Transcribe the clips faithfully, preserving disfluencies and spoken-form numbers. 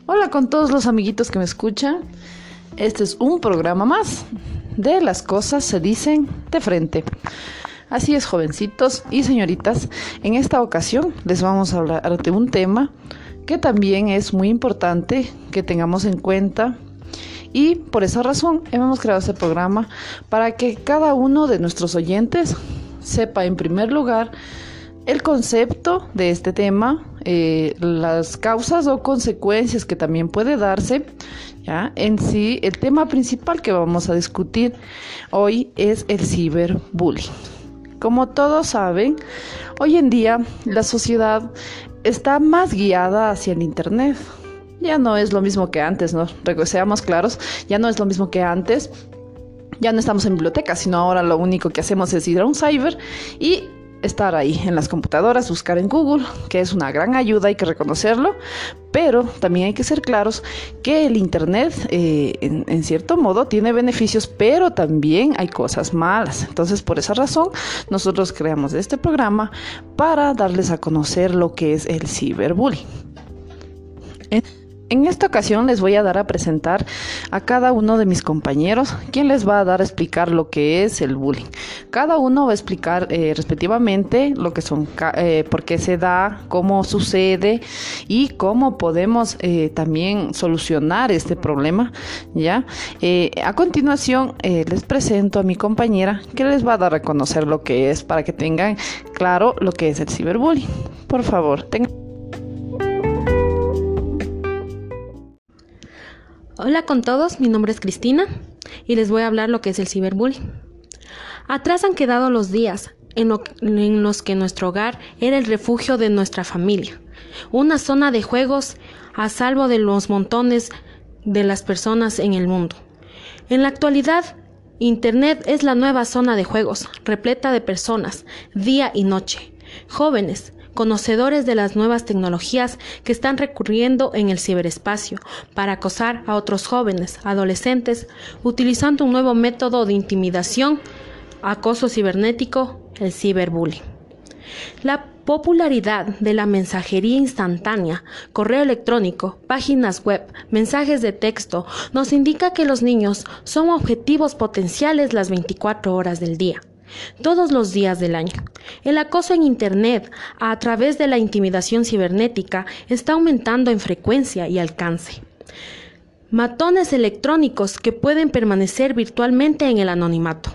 Hola con todos los amiguitos que me escuchan. Este es un programa más de Las cosas se dicen de frente. Así es, jovencitos y señoritas. En esta ocasión les vamos a hablar de un tema que también es muy importante que tengamos en cuenta. Y por esa razón hemos creado este programa para que cada uno de nuestros oyentes sepa en primer lugar el concepto de este tema, eh, las causas o consecuencias que también puede darse. ¿Ya? En sí, el tema principal que vamos a discutir hoy es el ciberbullying. Como todos saben, hoy en día la sociedad está más guiada hacia el internet. Ya no es lo mismo que antes, ¿no? Seamos claros, ya no es lo mismo que antes. Ya no estamos en biblioteca, sino ahora lo único que hacemos es ir a un cyber y estar ahí en las computadoras, buscar en Google, que es una gran ayuda, hay que reconocerlo, pero también hay que ser claros que el internet eh, en, en cierto modo tiene beneficios, pero también hay cosas malas. Entonces, por esa razón, nosotros creamos este programa para darles a conocer lo que es el ciberbullying. ¿Eh? En esta ocasión les voy a dar a presentar a cada uno de mis compañeros, quien les va a dar a explicar lo que es el bullying. Cada uno va a explicar eh, respectivamente lo que son, eh, por qué se da, cómo sucede y cómo podemos eh, también solucionar este problema. ¿Ya? Eh, a continuación eh, les presento a mi compañera que les va a dar a conocer lo que es para que tengan claro lo que es el ciberbullying. Por favor, tengan. Hola con todos, mi nombre es Cristina y les voy a hablar lo que es el ciberbullying. Atrás han quedado los días en, lo, en los que nuestro hogar era el refugio de nuestra familia, una zona de juegos a salvo de los montones de las personas en el mundo. En la actualidad, Internet es la nueva zona de juegos, repleta de personas, día y noche, jóvenes, conocedores de las nuevas tecnologías que están recurriendo en el ciberespacio para acosar a otros jóvenes, adolescentes, utilizando un nuevo método de intimidación, acoso cibernético, el ciberbullying. La popularidad de la mensajería instantánea, correo electrónico, páginas web, mensajes de texto, nos indica que los niños son objetivos potenciales las veinticuatro horas del día. Todos los días del año. El acoso en Internet a través de la intimidación cibernética está aumentando en frecuencia y alcance. Matones electrónicos que pueden permanecer virtualmente en el anonimato.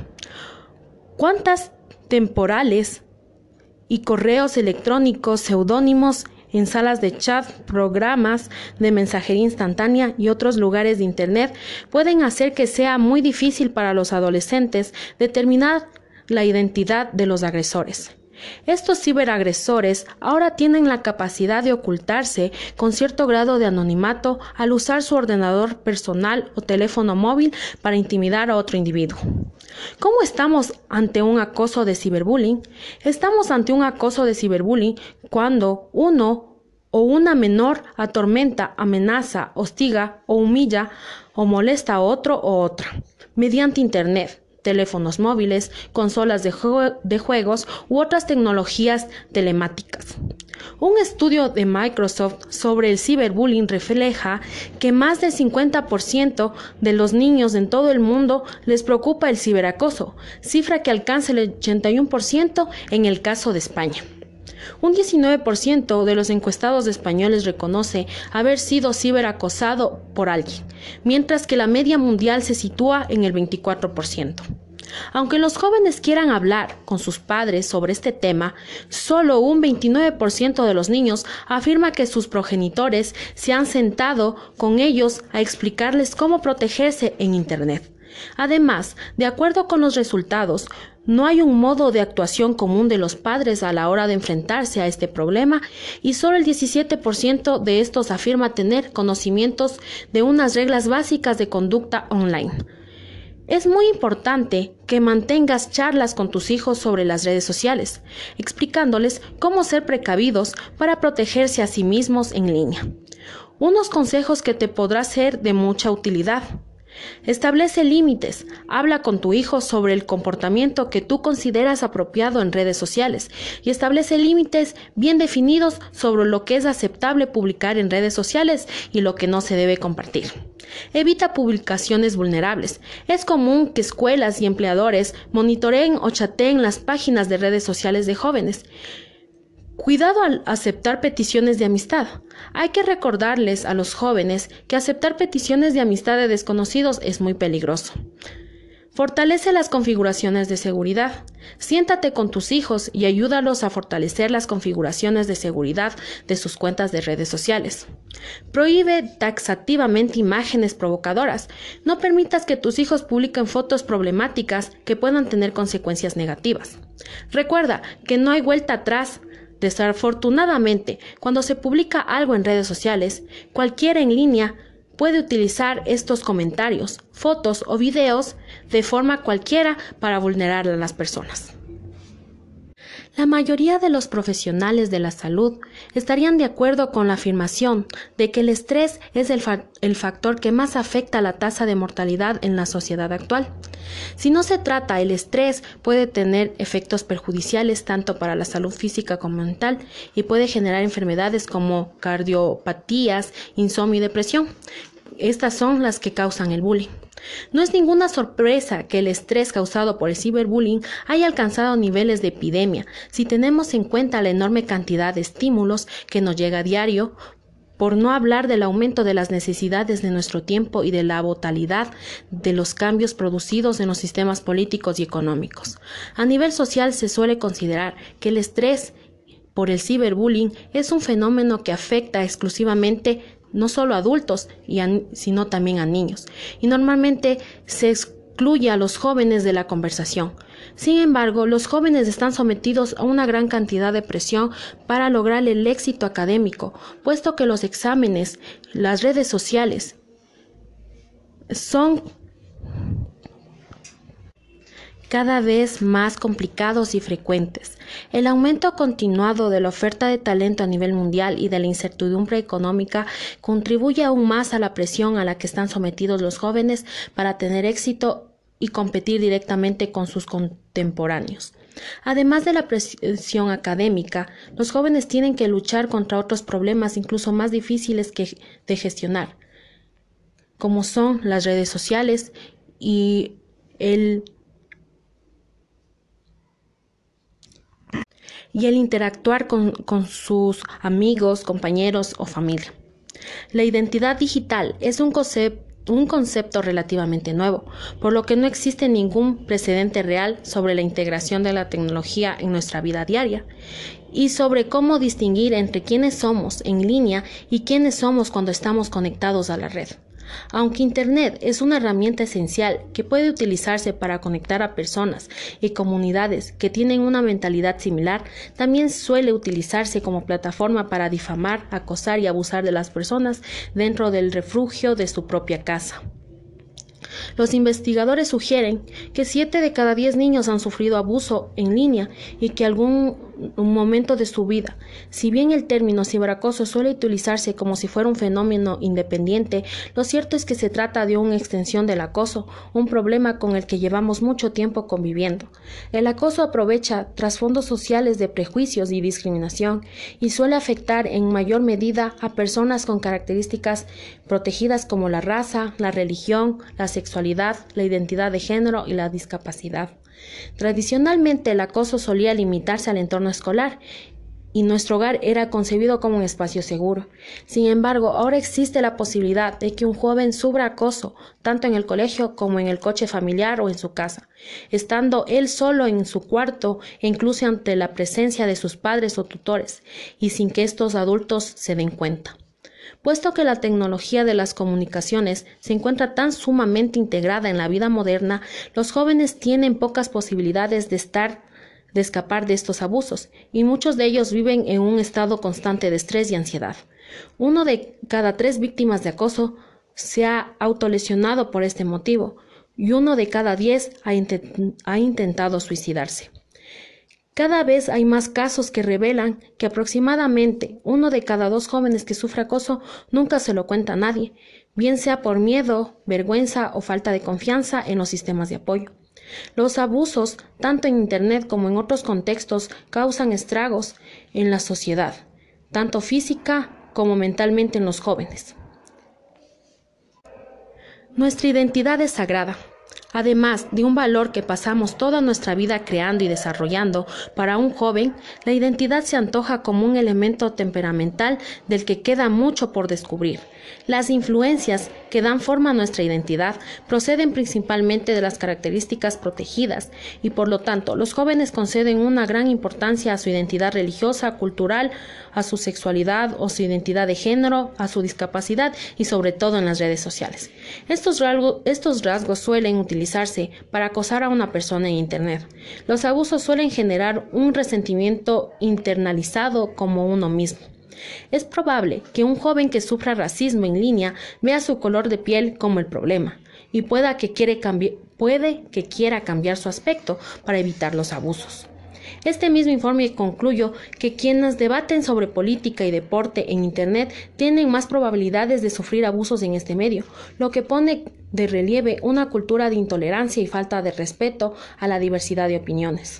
¿Cuántas temporales y correos electrónicos seudónimos en salas de chat, programas de mensajería instantánea y otros lugares de Internet pueden hacer que sea muy difícil para los adolescentes determinar la identidad de los agresores? Estos ciberagresores ahora tienen la capacidad de ocultarse con cierto grado de anonimato al usar su ordenador personal o teléfono móvil para intimidar a otro individuo. ¿Cómo estamos ante un acoso de ciberbullying? Estamos ante un acoso de ciberbullying cuando uno o una menor atormenta, amenaza, hostiga o humilla o molesta a otro o otra mediante Internet, teléfonos móviles, consolas de, jue- de juegos u otras tecnologías telemáticas. Un estudio de Microsoft sobre el ciberbullying refleja que más del cincuenta por ciento de los niños en todo el mundo les preocupa el ciberacoso, cifra que alcanza el ochenta y uno por ciento en el caso de España. Un diecinueve por ciento de los encuestados españoles reconoce haber sido ciberacosado por alguien, mientras que la media mundial se sitúa en el veinticuatro por ciento. Aunque los jóvenes quieran hablar con sus padres sobre este tema, solo un veintinueve por ciento de los niños afirma que sus progenitores se han sentado con ellos a explicarles cómo protegerse en Internet. Además, de acuerdo con los resultados, no hay un modo de actuación común de los padres a la hora de enfrentarse a este problema y solo el diecisiete por ciento de estos afirma tener conocimientos de unas reglas básicas de conducta online. Es muy importante que mantengas charlas con tus hijos sobre las redes sociales, explicándoles cómo ser precavidos para protegerse a sí mismos en línea. Unos consejos que te podrán ser de mucha utilidad. Establece límites. Habla con tu hijo sobre el comportamiento que tú consideras apropiado en redes sociales y establece límites bien definidos sobre lo que es aceptable publicar en redes sociales y lo que no se debe compartir. Evita publicaciones vulnerables. Es común que escuelas y empleadores monitoreen o chateen las páginas de redes sociales de jóvenes. Cuidado al aceptar peticiones de amistad. Hay que recordarles a los jóvenes que aceptar peticiones de amistad de desconocidos es muy peligroso. Fortalece las configuraciones de seguridad. Siéntate con tus hijos y ayúdalos a fortalecer las configuraciones de seguridad de sus cuentas de redes sociales. Prohíbe taxativamente imágenes provocadoras. No permitas que tus hijos publiquen fotos problemáticas que puedan tener consecuencias negativas. Recuerda que no hay vuelta atrás. Desafortunadamente, cuando se publica algo en redes sociales, cualquiera en línea puede utilizar estos comentarios, fotos o videos de forma cualquiera para vulnerar a las personas. La mayoría de los profesionales de la salud estarían de acuerdo con la afirmación de que el estrés es el, fa- el factor que más afecta la tasa de mortalidad en la sociedad actual. Si no se trata, el estrés puede tener efectos perjudiciales tanto para la salud física como mental y puede generar enfermedades como cardiopatías, insomnio y depresión. Estas son las que causan el bullying. No es ninguna sorpresa que el estrés causado por el ciberbullying haya alcanzado niveles de epidemia si tenemos en cuenta la enorme cantidad de estímulos que nos llega a diario, por no hablar del aumento de las necesidades de nuestro tiempo y de la brutalidad de los cambios producidos en los sistemas políticos y económicos. A nivel social se suele considerar que el estrés por el ciberbullying es un fenómeno que afecta exclusivamente no solo a adultos, y a, sino también a niños, y normalmente se excluye a los jóvenes de la conversación. Sin embargo, los jóvenes están sometidos a una gran cantidad de presión para lograr el éxito académico, puesto que los exámenes, las redes sociales, son cada vez más complicados y frecuentes. El aumento continuado de la oferta de talento a nivel mundial y de la incertidumbre económica contribuye aún más a la presión a la que están sometidos los jóvenes para tener éxito y competir directamente con sus contemporáneos. Además de la presión académica, los jóvenes tienen que luchar contra otros problemas incluso más difíciles que de gestionar, como son las redes sociales y el y el interactuar con, con sus amigos, compañeros o familia. La identidad digital es un concepto, un concepto relativamente nuevo, por lo que no existe ningún precedente real sobre la integración de la tecnología en nuestra vida diaria y sobre cómo distinguir entre quiénes somos en línea y quiénes somos cuando estamos conectados a la red. Aunque Internet es una herramienta esencial que puede utilizarse para conectar a personas y comunidades que tienen una mentalidad similar, también suele utilizarse como plataforma para difamar, acosar y abusar de las personas dentro del refugio de su propia casa. Los investigadores sugieren que siete de cada diez niños han sufrido abuso en línea y que algún un momento de su vida. Si bien el término ciberacoso suele utilizarse como si fuera un fenómeno independiente, lo cierto es que se trata de una extensión del acoso, un problema con el que llevamos mucho tiempo conviviendo. El acoso aprovecha trasfondos sociales de prejuicios y discriminación y suele afectar en mayor medida a personas con características protegidas como la raza, la religión, la sexualidad, la identidad de género y la discapacidad. Tradicionalmente el acoso solía limitarse al entorno escolar y nuestro hogar era concebido como un espacio seguro. Sin embargo, ahora existe la posibilidad de que un joven sufra acoso, tanto en el colegio como en el coche familiar o en su casa, estando él solo en su cuarto e incluso ante la presencia de sus padres o tutores, y sin que estos adultos se den cuenta. Puesto que la tecnología de las comunicaciones se encuentra tan sumamente integrada en la vida moderna, los jóvenes tienen pocas posibilidades de estar, de escapar de estos abusos, y muchos de ellos viven en un estado constante de estrés y ansiedad. Uno de cada tres víctimas de acoso se ha autolesionado por este motivo, y uno de cada diez ha, intent- ha intentado suicidarse. Cada vez hay más casos que revelan que aproximadamente uno de cada dos jóvenes que sufre acoso nunca se lo cuenta a nadie, bien sea por miedo, vergüenza o falta de confianza en los sistemas de apoyo. Los abusos, tanto en Internet como en otros contextos, causan estragos en la sociedad, tanto física como mentalmente en los jóvenes. Nuestra identidad es sagrada. Además de un valor que pasamos toda nuestra vida creando y desarrollando, para un joven, la identidad se antoja como un elemento temperamental del que queda mucho por descubrir. Las influencias que dan forma a nuestra identidad proceden principalmente de las características protegidas y, por lo tanto, los jóvenes conceden una gran importancia a su identidad religiosa, cultural, a su sexualidad o su identidad de género, a su discapacidad y sobre todo en las redes sociales. Estos rasgos, estos rasgos suelen utilizarse para acosar a una persona en Internet. Los abusos suelen generar un resentimiento internalizado como uno mismo. Es probable que un joven que sufra racismo en línea vea su color de piel como el problema y pueda que quiere cambi- puede que quiera cambiar su aspecto para evitar los abusos. Este mismo informe concluyó que quienes debaten sobre política y deporte en Internet tienen más probabilidades de sufrir abusos en este medio, lo que pone de relieve una cultura de intolerancia y falta de respeto a la diversidad de opiniones.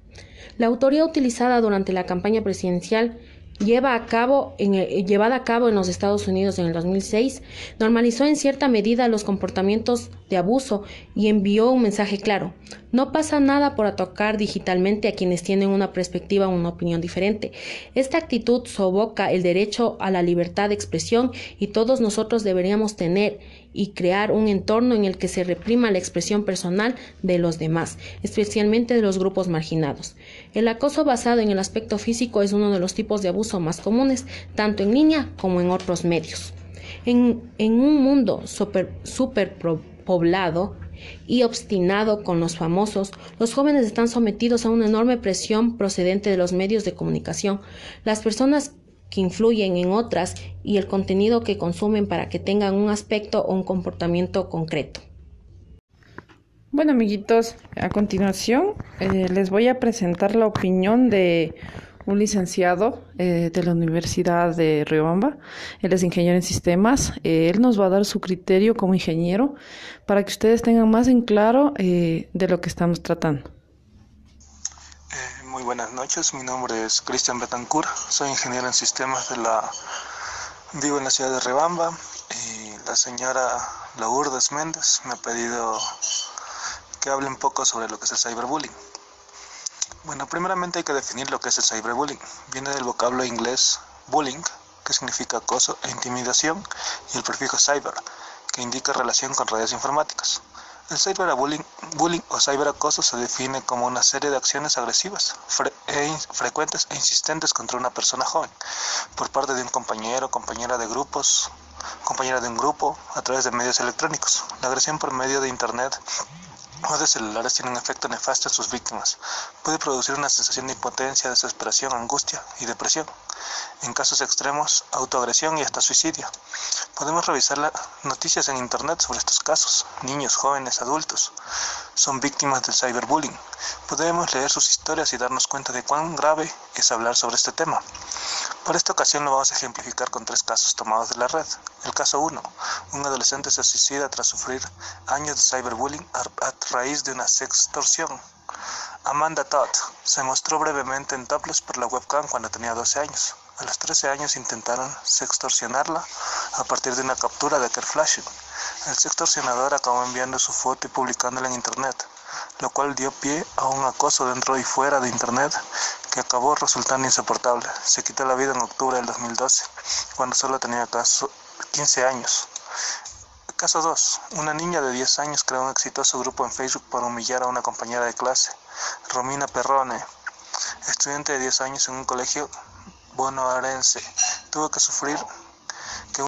La autoría utilizada durante la campaña presidencial Lleva a cabo en el, llevada a cabo en los Estados Unidos en el dos mil seis, normalizó en cierta medida los comportamientos de abuso y envió un mensaje claro: no pasa nada por atacar digitalmente a quienes tienen una perspectiva o una opinión diferente. Esta actitud soboca el derecho a la libertad de expresión y todos nosotros deberíamos tener y crear un entorno en el que se reprima la expresión personal de los demás, especialmente de los grupos marginados. El acoso basado en el aspecto físico es uno de los tipos de abuso más comunes, tanto en línea como en otros medios. En, en un mundo super, superpoblado y obstinado con los famosos, los jóvenes están sometidos a una enorme presión procedente de los medios de comunicación. Las personas que influyen en otras y el contenido que consumen para que tengan un aspecto o un comportamiento concreto. Bueno, amiguitos, a continuación eh, les voy a presentar la opinión de un licenciado eh, de la Universidad de Riobamba. Él es ingeniero en sistemas. Eh, él nos va a dar su criterio como ingeniero para que ustedes tengan más en claro eh, de lo que estamos tratando. Eh, muy buenas noches, mi nombre es Cristian Betancourt, soy ingeniero en sistemas de la... Vivo en la ciudad de Riobamba y la señora Lourdes Méndez me ha pedido que hable un poco sobre lo que es el cyberbullying. Bueno, primeramente hay que definir lo que es el cyberbullying. Viene del vocablo inglés bullying, que significa acoso e intimidación, y el prefijo cyber, que indica relación con redes informáticas. El cyberbullying bullying o cyberacoso se define como una serie de acciones agresivas, fre e frecuentes e insistentes contra una persona joven, por parte de un compañero, compañera de grupos, compañera de un grupo, a través de medios electrónicos. La agresión por medio de Internet o de celulares tiene un efecto nefasto en sus víctimas. Puede producir una sensación de impotencia, desesperación, angustia y depresión. En casos extremos, autoagresión y hasta suicidio. Podemos revisar las noticias en Internet sobre estos casos. Niños, jóvenes, adultos son víctimas del cyberbullying. Podemos leer sus historias y darnos cuenta de cuán grave es hablar sobre este tema. Por esta ocasión lo vamos a ejemplificar con tres casos tomados de la red. El caso uno. Un adolescente se suicida tras sufrir años de cyberbullying a raíz de una sextorsión. Amanda Todd se mostró brevemente en topless por la webcam cuando tenía doce años. A los trece años intentaron sextorsionarla a partir de una captura de aquel flashing. El sextorsionador acabó enviando su foto y publicándola en Internet, lo cual dio pie a un acoso dentro y fuera de Internet que acabó resultando insoportable. Se quitó la vida en octubre del dos mil doce, cuando solo tenía quince años. Caso dos. Una niña de diez años creó un exitoso grupo en Facebook por humillar a una compañera de clase, Romina Perrone, estudiante de diez años en un colegio bonaerense. Tuvo que sufrir que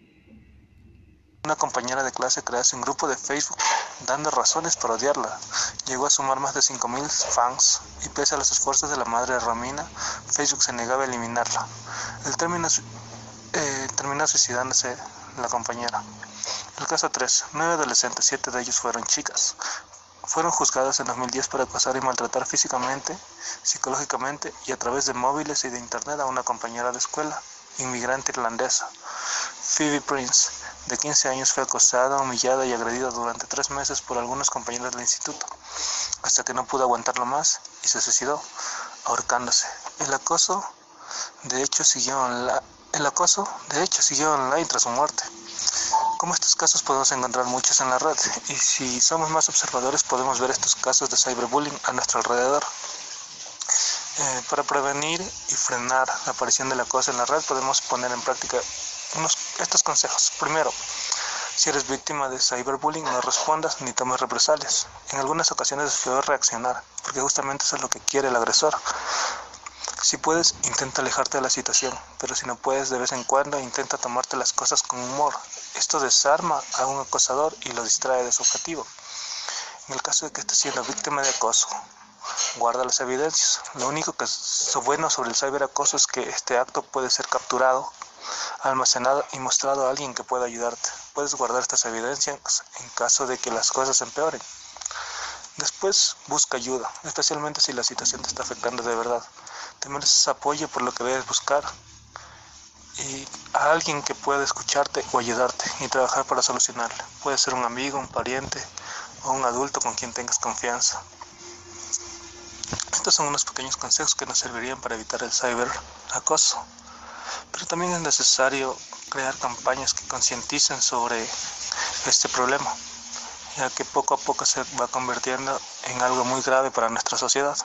una compañera de clase crease un grupo de Facebook dando razones para odiarla. Llegó a sumar más de cinco mil fans y pese a los esfuerzos de la madre de Romina, Facebook se negaba a eliminarla. El término, eh, terminó suicidándose la compañera. El caso tres. Nueve adolescentes, siete de ellos fueron chicas. Fueron juzgadas en dos mil diez por acosar y maltratar físicamente psicológicamente y a través de móviles y de internet a una compañera de escuela, inmigrante irlandesa. Phoebe Prince, de quince años, fue acosada, humillada y agredida durante tres meses por algunos compañeros del instituto, hasta que no pudo aguantarlo más y se suicidó, ahorcándose. El acoso, de hecho, siguió online, el acoso, de hecho, siguió online tras su muerte. Como estos casos podemos encontrar muchos en la red, y si somos más observadores podemos ver estos casos de cyberbullying a nuestro alrededor. Eh, para prevenir y frenar la aparición del acoso en la red podemos poner en práctica unos, estos consejos. Primero, si eres víctima de cyberbullying, no respondas ni tomes represalias. En algunas ocasiones es peor reaccionar, porque justamente eso es lo que quiere el agresor. Si puedes, intenta alejarte de la situación, pero si no puedes, de vez en cuando intenta tomarte las cosas con humor. Esto desarma a un acosador y lo distrae de su objetivo. En el caso de que estés siendo víctima de acoso, guarda las evidencias. Lo único que es bueno sobre el ciberacoso es que este acto puede ser capturado, almacenado y mostrado a alguien que pueda ayudarte. Puedes guardar estas evidencias en caso de que las cosas empeoren. Después, busca ayuda, especialmente si la situación te está afectando de verdad. Te mereces apoyo, por lo que debes buscar y a alguien que pueda escucharte o ayudarte y trabajar para solucionarlo. Puede ser un amigo, un pariente o un adulto con quien tengas confianza. Estos son unos pequeños consejos que nos servirían para evitar el ciberacoso. Pero también es necesario crear campañas que concienticen sobre este problema, ya que poco a poco se va convirtiendo en algo muy grave para nuestra sociedad.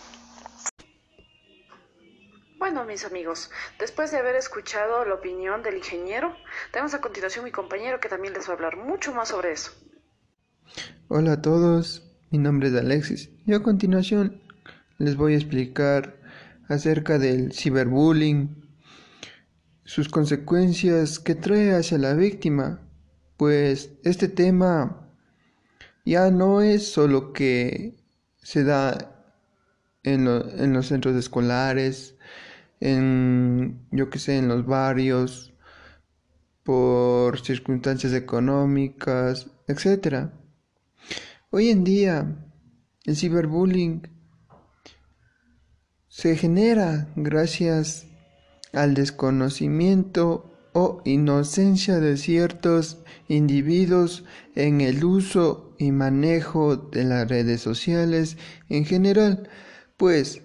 Bueno, mis amigos, después de haber escuchado la opinión del ingeniero, tenemos a continuación mi compañero que también les va a hablar mucho más sobre eso. Hola a todos, mi nombre es Alexis y a continuación les voy a explicar acerca del ciberbullying, sus consecuencias que trae hacia la víctima. Pues este tema ya no es solo que se da en, lo, en los centros escolares, en, yo que sé, en los barrios, por circunstancias económicas, etcétera. Hoy en día, el ciberbullying se genera gracias al desconocimiento o inocencia de ciertos individuos en el uso y manejo de las redes sociales en general, pues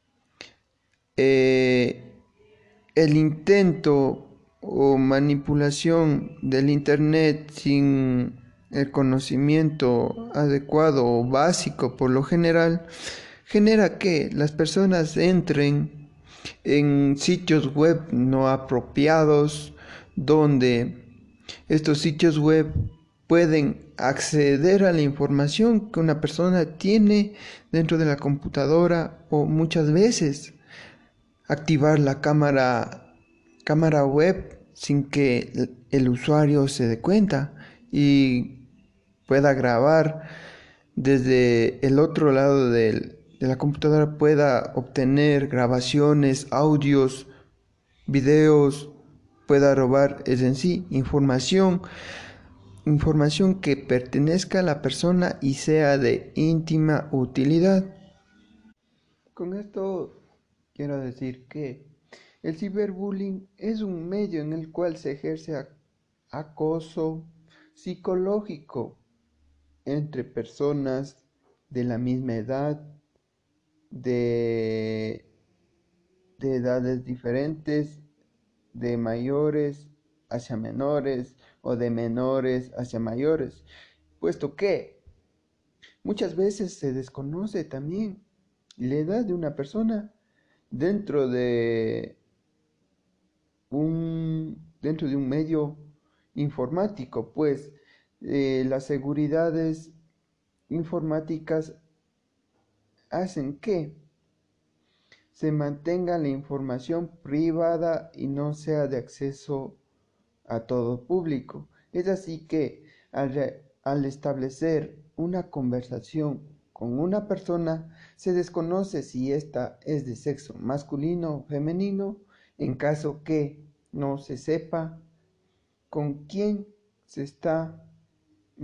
eh, el intento o manipulación del internet sin el conocimiento adecuado o básico por lo general genera que las personas entren en sitios web no apropiados, donde estos sitios web pueden acceder a la información que una persona tiene dentro de la computadora, o muchas veces activar la cámara, cámara web sin que el usuario se dé cuenta y pueda grabar desde el otro lado del, de la computadora, pueda obtener grabaciones, audios, videos, pueda robar, es en sí, información, información que pertenezca a la persona y sea de íntima utilidad. Con esto quiero decir que el ciberbullying es un medio en el cual se ejerce acoso psicológico entre personas de la misma edad, de, de edades diferentes, de mayores hacia menores o de menores hacia mayores, puesto que muchas veces se desconoce también la edad de una persona dentro de un, dentro de un medio informático, pues eh, las seguridades informáticas hacen que se mantenga la información privada y no sea de acceso a todo público. Es así que al, al establecer una conversación con una persona, se desconoce si ésta es de sexo masculino o femenino, en caso que no se sepa con quién se está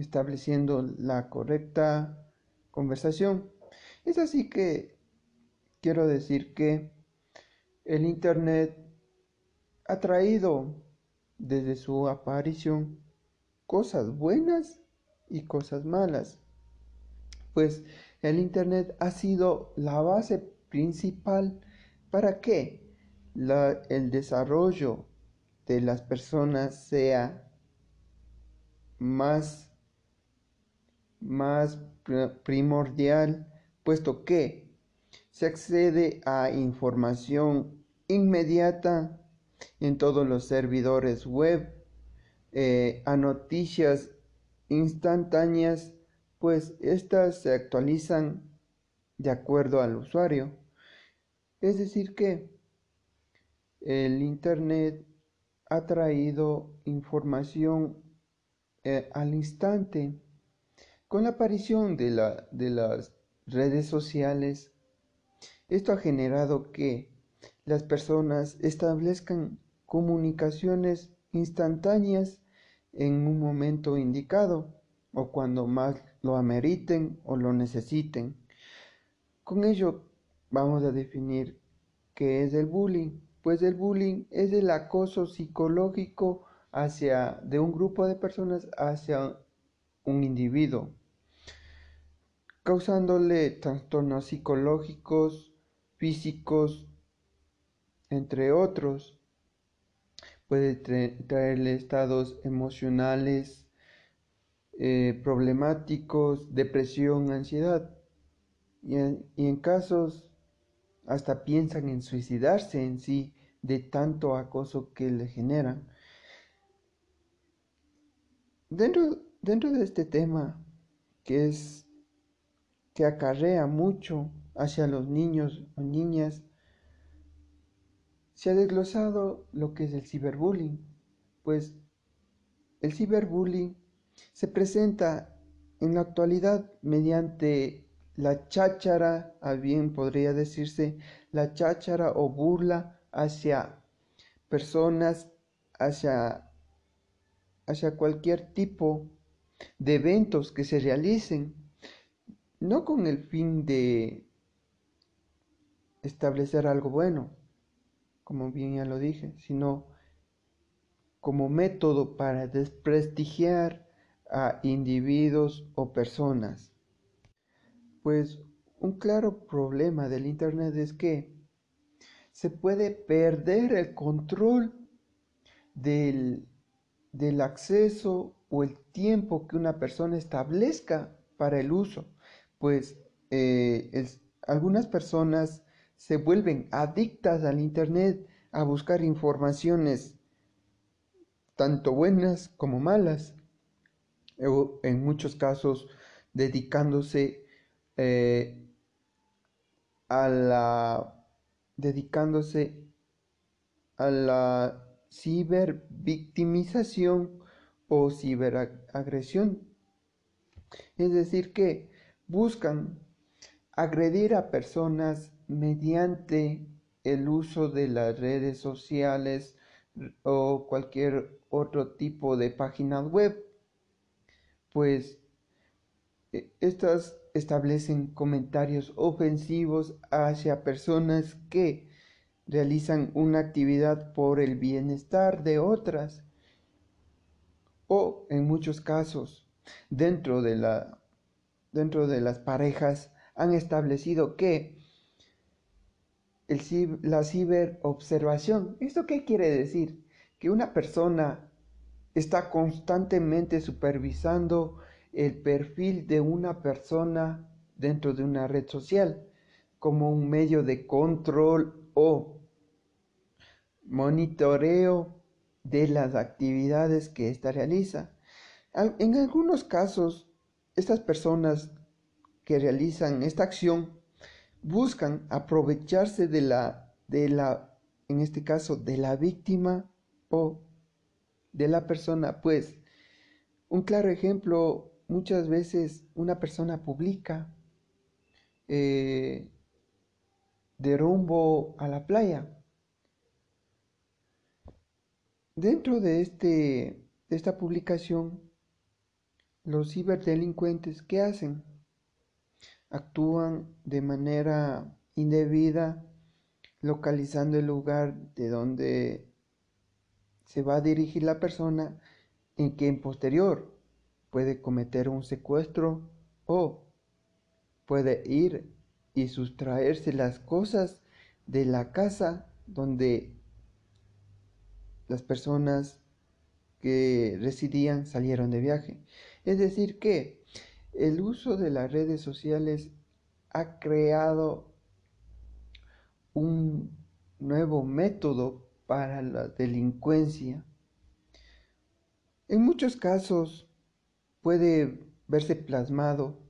estableciendo la correcta conversación. Es así que quiero decir que el Internet ha traído desde su aparición cosas buenas y cosas malas, pues el Internet ha sido la base principal para que la, el desarrollo de las personas sea más, más primordial, puesto que se accede a información inmediata en todos los servidores web, eh, a noticias instantáneas, pues estas se actualizan de acuerdo al usuario. Es decir que el Internet ha traído información eh, al instante. Con la aparición de, la, de las redes sociales, esto ha generado que las personas establezcan comunicaciones instantáneas en un momento indicado o cuando más lo ameriten o lo necesiten. Con ello vamos a definir qué es el bullying. Pues el bullying es el acoso psicológico hacia, de un grupo de personas hacia un individuo, causándole trastornos psicológicos, físicos, entre otros. Puede tra- traerle estados emocionales eh, problemáticos, depresión, ansiedad. Y en, y en casos hasta piensan en suicidarse en sí de tanto acoso que le generan. Dentro, dentro de este tema, que es que acarrea mucho hacia los niños o niñas, se ha desglosado lo que es el ciberbullying. Pues el ciberbullying se presenta en la actualidad mediante la cháchara, a bien podría decirse, la cháchara o burla hacia personas, hacia, hacia cualquier tipo de eventos que se realicen, no con el fin de establecer algo bueno, como bien ya lo dije, sino como método para desprestigiar a individuos o personas. Pues un claro problema del Internet es que se puede perder el control del, del acceso o el tiempo que una persona establezca para el uso, pues eh, es, algunas personas se vuelven adictas al Internet a buscar informaciones tanto buenas como malas, o en muchos casos dedicándose eh, a la dedicándose a la cibervictimización o ciberagresión. Es decir, que buscan agredir a personas mediante el uso de las redes sociales o cualquier otro tipo de páginas web, pues eh, estas establecen comentarios ofensivos hacia personas que realizan una actividad por el bienestar de otras, o en muchos casos dentro de la dentro de las parejas han establecido que el, la ciberobservación. ¿Esto qué quiere decir? Que una persona está constantemente supervisando el perfil de una persona dentro de una red social como un medio de control o monitoreo de las actividades que ésta realiza. En algunos casos, estas personas que realizan esta acción buscan aprovecharse de la, de la, en este caso, de la víctima o de la persona. Pues, un claro ejemplo, muchas veces una persona publica eh, de rumbo a la playa. Dentro de, este, de esta publicación, los ciberdelincuentes, ¿qué hacen? Actúan de manera indebida, localizando el lugar de donde se va a dirigir la persona, en que en posterior puede cometer un secuestro o puede ir y sustraerse las cosas de la casa donde las personas que residían salieron de viaje. Es decir que el uso de las redes sociales ha creado un nuevo método para la delincuencia. En muchos casos puede verse plasmado,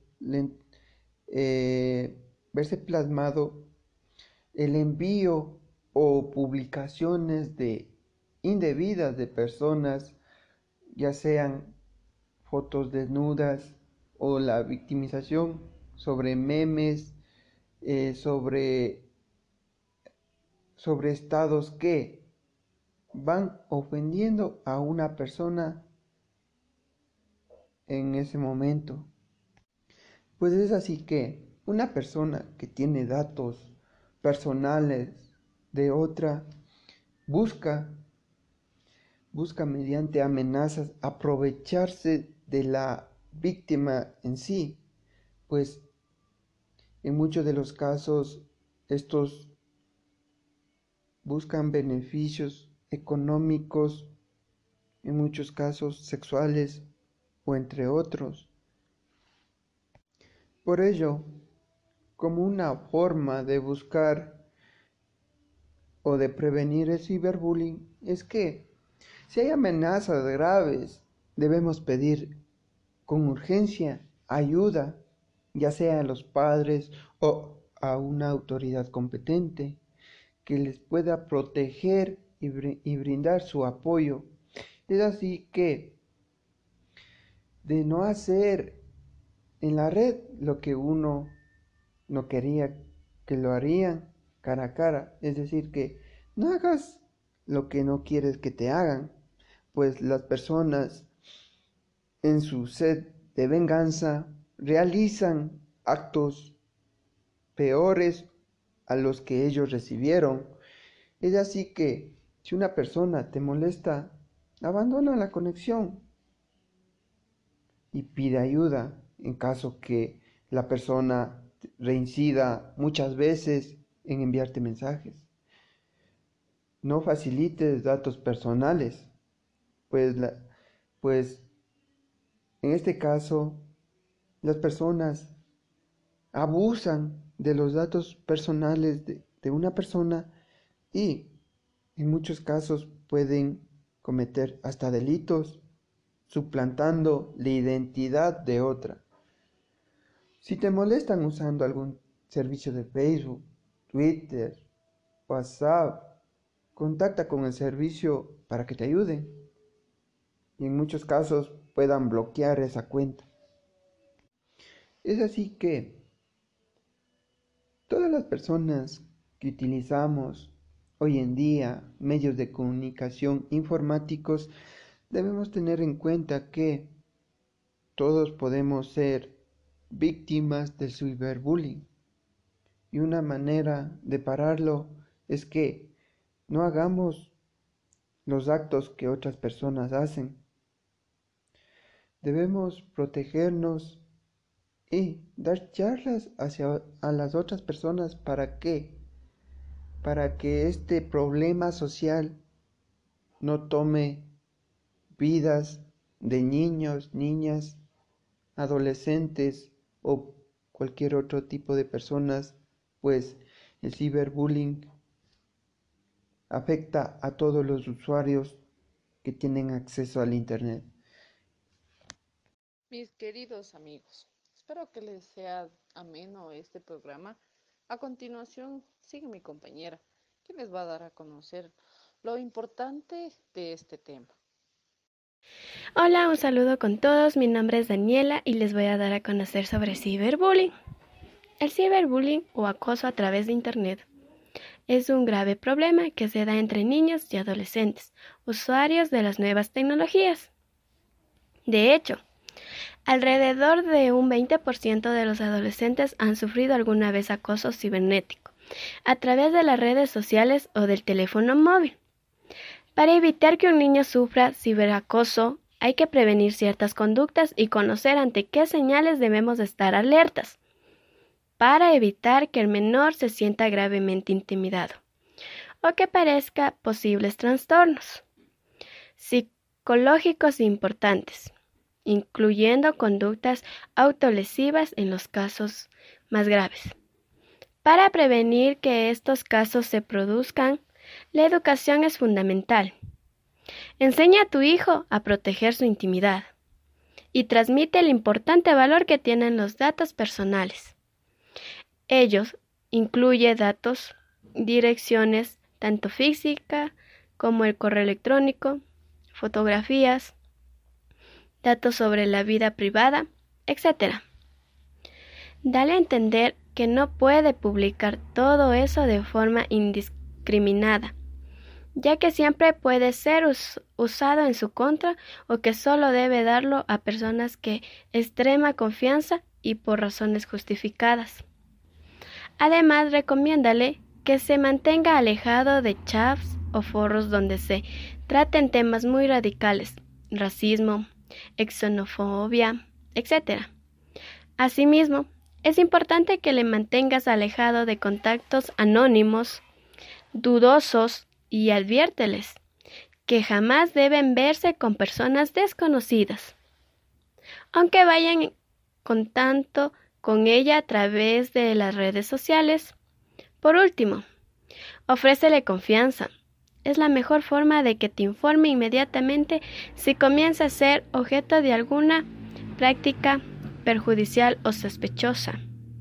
eh, verse plasmado el envío o publicaciones de indebidas de personas, ya sean fotos desnudas o la victimización sobre memes, eh, sobre, sobre estados que van ofendiendo a una persona en ese momento. Pues es así que una persona que tiene datos personales de otra busca busca mediante amenazas aprovecharse de la víctima en sí, pues en muchos de los casos estos buscan beneficios económicos, en muchos casos sexuales o entre otros. Por ello, como una forma de buscar o de prevenir el ciberbullying, es que si hay amenazas graves, debemos pedir con urgencia ayuda, ya sea a los padres o a una autoridad competente que les pueda proteger y, br- y brindar su apoyo. Es así que de no hacer en la red lo que uno no quería que lo harían cara a cara, es decir, que no hagas lo que no quieres que te hagan, pues las personas en su sed de venganza realizan actos peores a los que ellos recibieron. Es así que si una persona te molesta, abandona la conexión y pide ayuda en caso que la persona reincida muchas veces en enviarte mensajes. No facilites datos personales, pues, la, pues en este caso las personas abusan de los datos personales de, de una persona y en muchos casos pueden cometer hasta delitos suplantando la identidad de otra. Si te molestan usando algún servicio de Facebook, Twitter, WhatsApp, contacta con el servicio para que te ayuden y en muchos casos puedan bloquear esa cuenta. Es así que todas las personas que utilizamos hoy en día medios de comunicación informáticos debemos tener en cuenta que todos podemos ser víctimas del ciberbullying y una manera de pararlo es que no hagamos los actos que otras personas hacen. Debemos protegernos y dar charlas hacia a las otras personas para que para que este problema social no tome vidas de niños, niñas, adolescentes o cualquier otro tipo de personas, pues el ciberbullying afecta a todos los usuarios que tienen acceso al internet. Mis queridos amigos, espero que les sea ameno este programa. A continuación, sigue mi compañera, que les va a dar a conocer lo importante de este tema. Hola, un saludo con todos. Mi nombre es Daniela y les voy a dar a conocer sobre ciberbullying. El ciberbullying o acoso a través de Internet es un grave problema que se da entre niños y adolescentes, usuarios de las nuevas tecnologías. De hecho, alrededor de un veinte por ciento de los adolescentes han sufrido alguna vez acoso cibernético, a través de las redes sociales o del teléfono móvil. Para evitar que un niño sufra ciberacoso, hay que prevenir ciertas conductas y conocer ante qué señales debemos estar alertas, para evitar que el menor se sienta gravemente intimidado o que parezca posibles trastornos psicológicos importantes, incluyendo conductas autolesivas en los casos más graves. Para prevenir que estos casos se produzcan, la educación es fundamental. Enseña a tu hijo a proteger su intimidad y transmite el importante valor que tienen los datos personales. Ellos incluyen datos, direcciones, tanto física como el correo electrónico, fotografías, datos sobre la vida privada, etcétera. Dale a entender que no puede publicar todo eso de forma indiscriminada, ya que siempre puede ser us- usado en su contra o que solo debe darlo a personas que extrema confianza y por razones justificadas. Además, recomiéndale que se mantenga alejado de chats o foros donde se traten temas muy radicales, racismo, xenofobia, etcétera. Asimismo, es importante que le mantengas alejado de contactos anónimos, dudosos y adviérteles que jamás deben verse con personas desconocidas, aunque vayan contacto con ella a través de las redes sociales. Por último, ofrécele confianza. Es la mejor forma de que te informe inmediatamente si comienza a ser objeto de alguna práctica perjudicial o sospechosa.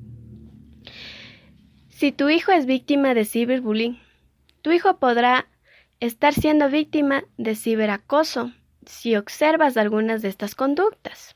Si tu hijo es víctima de ciberbullying, tu hijo podrá estar siendo víctima de ciberacoso si observas algunas de estas conductas.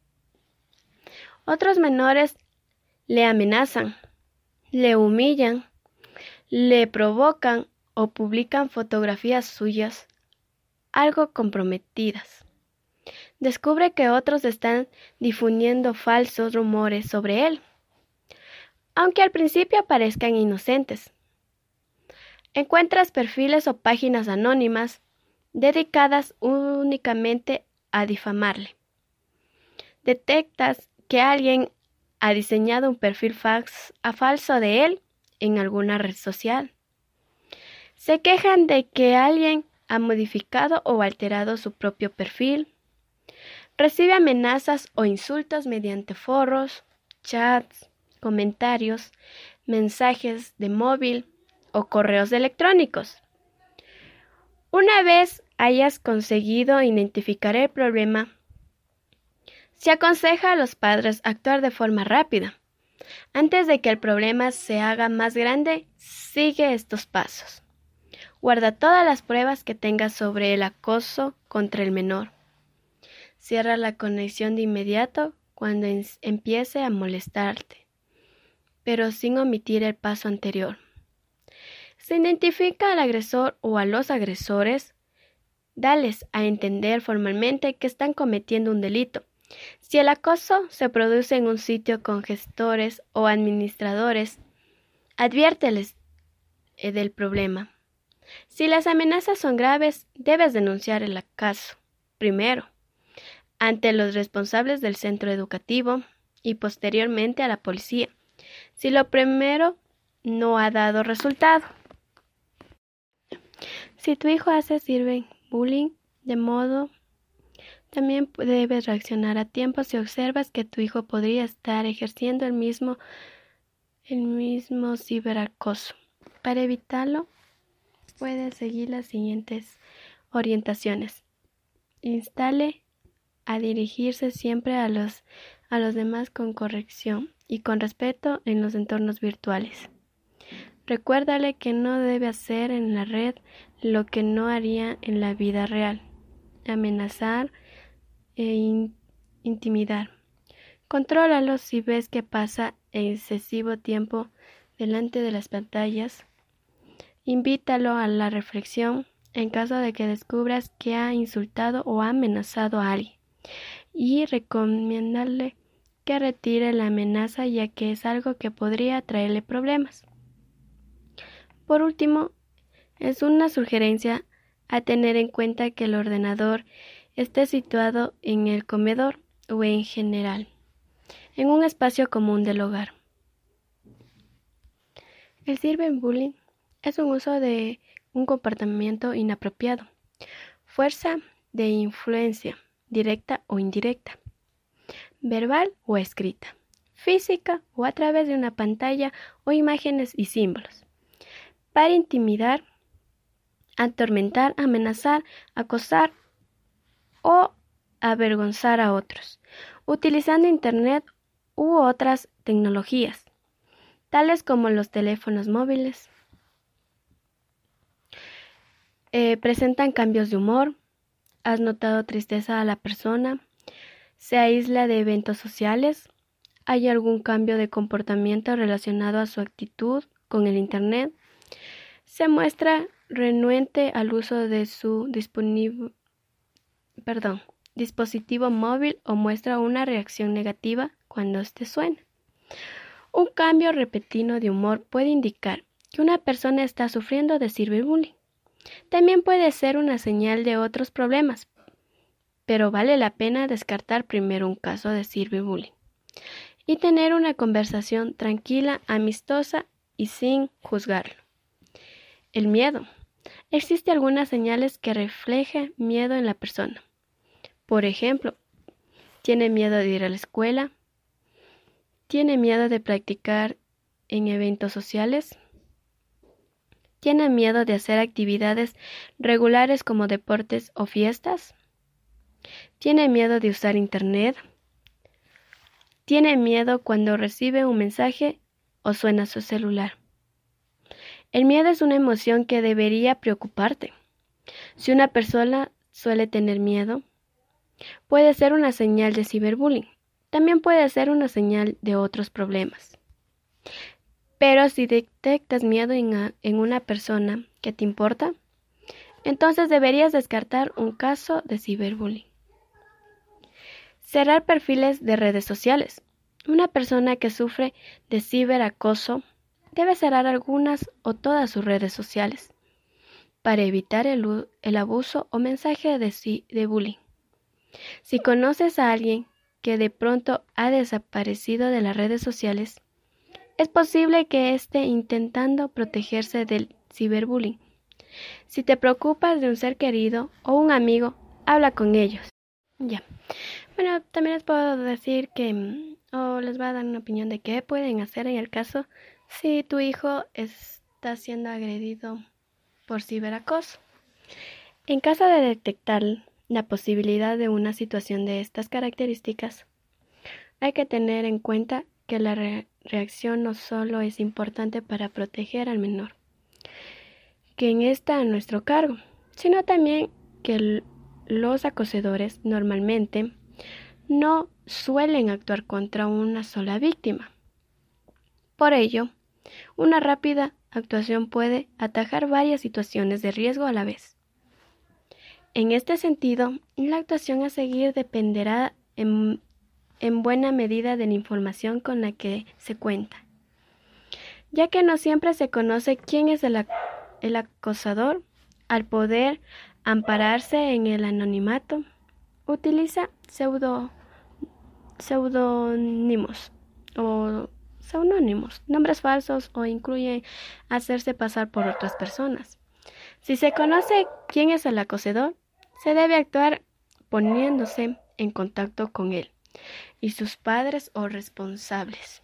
Otros menores le amenazan, le humillan, le provocan o publican fotografías suyas algo comprometidas. Descubre que otros están difundiendo falsos rumores sobre él, aunque al principio parezcan inocentes. Encuentras perfiles o páginas anónimas dedicadas únicamente a difamarle. Detectas que alguien ha diseñado un perfil fax a falso de él en alguna red social. Se quejan de que alguien ha modificado o alterado su propio perfil. Recibe amenazas o insultos mediante foros, chats, comentarios, mensajes de móvil o correos electrónicos. Una vez hayas conseguido identificar el problema, se aconseja a los padres actuar de forma rápida. Antes de que el problema se haga más grande, sigue estos pasos. Guarda todas las pruebas que tengas sobre el acoso contra el menor. Cierra la conexión de inmediato cuando empiece a molestarte, pero sin omitir el paso anterior. Si identifica al agresor o a los agresores, dales a entender formalmente que están cometiendo un delito. Si el acoso se produce en un sitio con gestores o administradores, adviérteles del problema. Si las amenazas son graves, debes denunciar el caso, primero, ante los responsables del centro educativo y posteriormente a la policía, si lo primero no ha dado resultado. Si tu hijo hace ciberbullying, de modo también debes reaccionar a tiempo si observas que tu hijo podría estar ejerciendo el mismo, el mismo ciberacoso. Para evitarlo, puedes seguir las siguientes orientaciones. Instale a dirigirse siempre a los, a los demás con corrección y con respeto en los entornos virtuales. Recuérdale que no debe hacer en la red lo que no haría en la vida real. Amenazar e in- intimidar. Contrólalo si ves que pasa excesivo tiempo delante de las pantallas. Invítalo a la reflexión en caso de que descubras que ha insultado o ha amenazado a alguien. Y recomiéndale que retire la amenaza ya que es algo que podría traerle problemas. Por último, es una sugerencia a tener en cuenta que el ordenador esté situado en el comedor o en general, en un espacio común del hogar. El ciberbullying es un uso de un comportamiento inapropiado, fuerza de influencia, directa o indirecta, verbal o escrita, física o a través de una pantalla o imágenes y símbolos, para intimidar, atormentar, amenazar, acosar o avergonzar a otros, utilizando Internet u otras tecnologías, tales como los teléfonos móviles. Eh, presentan cambios de humor. ¿Has notado tristeza a la persona? ¿Se aísla de eventos sociales? ¿Hay algún cambio de comportamiento relacionado a su actitud con el Internet? ¿Se muestra renuente al uso de su disponible, perdón, dispositivo móvil o muestra una reacción negativa cuando este suena? Un cambio repentino de humor puede indicar que una persona está sufriendo de ciberbullying. También puede ser una señal de otros problemas, pero vale la pena descartar primero un caso de ciberbullying y tener una conversación tranquila, amistosa y sin juzgarlo. El miedo. Existen algunas señales que reflejan miedo en la persona. Por ejemplo, tiene miedo de ir a la escuela, tiene miedo de practicar en eventos sociales, tiene miedo de hacer actividades regulares como deportes o fiestas, tiene miedo de usar Internet, tiene miedo cuando recibe un mensaje o suena su celular. El miedo es una emoción que debería preocuparte. Si una persona suele tener miedo, puede ser una señal de ciberbullying. También puede ser una señal de otros problemas. Pero si detectas miedo en, en una persona que te importa, entonces deberías descartar un caso de ciberbullying. Cerrar perfiles de redes sociales. Una persona que sufre de ciberacoso debe cerrar algunas o todas sus redes sociales para evitar el, el abuso o mensaje de, de bullying. Si conoces a alguien que de pronto ha desaparecido de las redes sociales, es posible que esté intentando protegerse del ciberbullying. Si te preocupas de un ser querido o un amigo, habla con ellos. Ya. Bueno, también les puedo decir que, o les voy a dar una opinión de qué pueden hacer en el caso si tu hijo está siendo agredido por ciberacoso. En caso de detectar la posibilidad de una situación de estas características, hay que tener en cuenta que la re- reacción no solo es importante para proteger al menor, quien está a nuestro cargo, sino también que el, los acosadores normalmente no suelen actuar contra una sola víctima. Por ello, una rápida actuación puede atajar varias situaciones de riesgo a la vez. En este sentido, la actuación a seguir dependerá en, en buena medida de la información con la que se cuenta, ya que no siempre se conoce quién es el, el acosador. Al poder ampararse en el anonimato, utiliza pseudo, pseudónimos o seudónimos, nombres falsos o incluye hacerse pasar por otras personas. Si se conoce quién es el acosador, se debe actuar poniéndose en contacto con él y sus padres o responsables.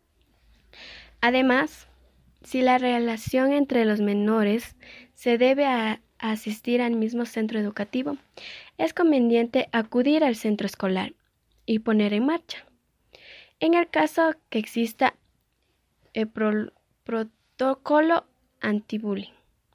Además, si la relación entre los menores se debe a, a asistir al mismo centro educativo, es conveniente acudir al centro escolar y poner en marcha, en el caso que exista el pro, protocolo antibullying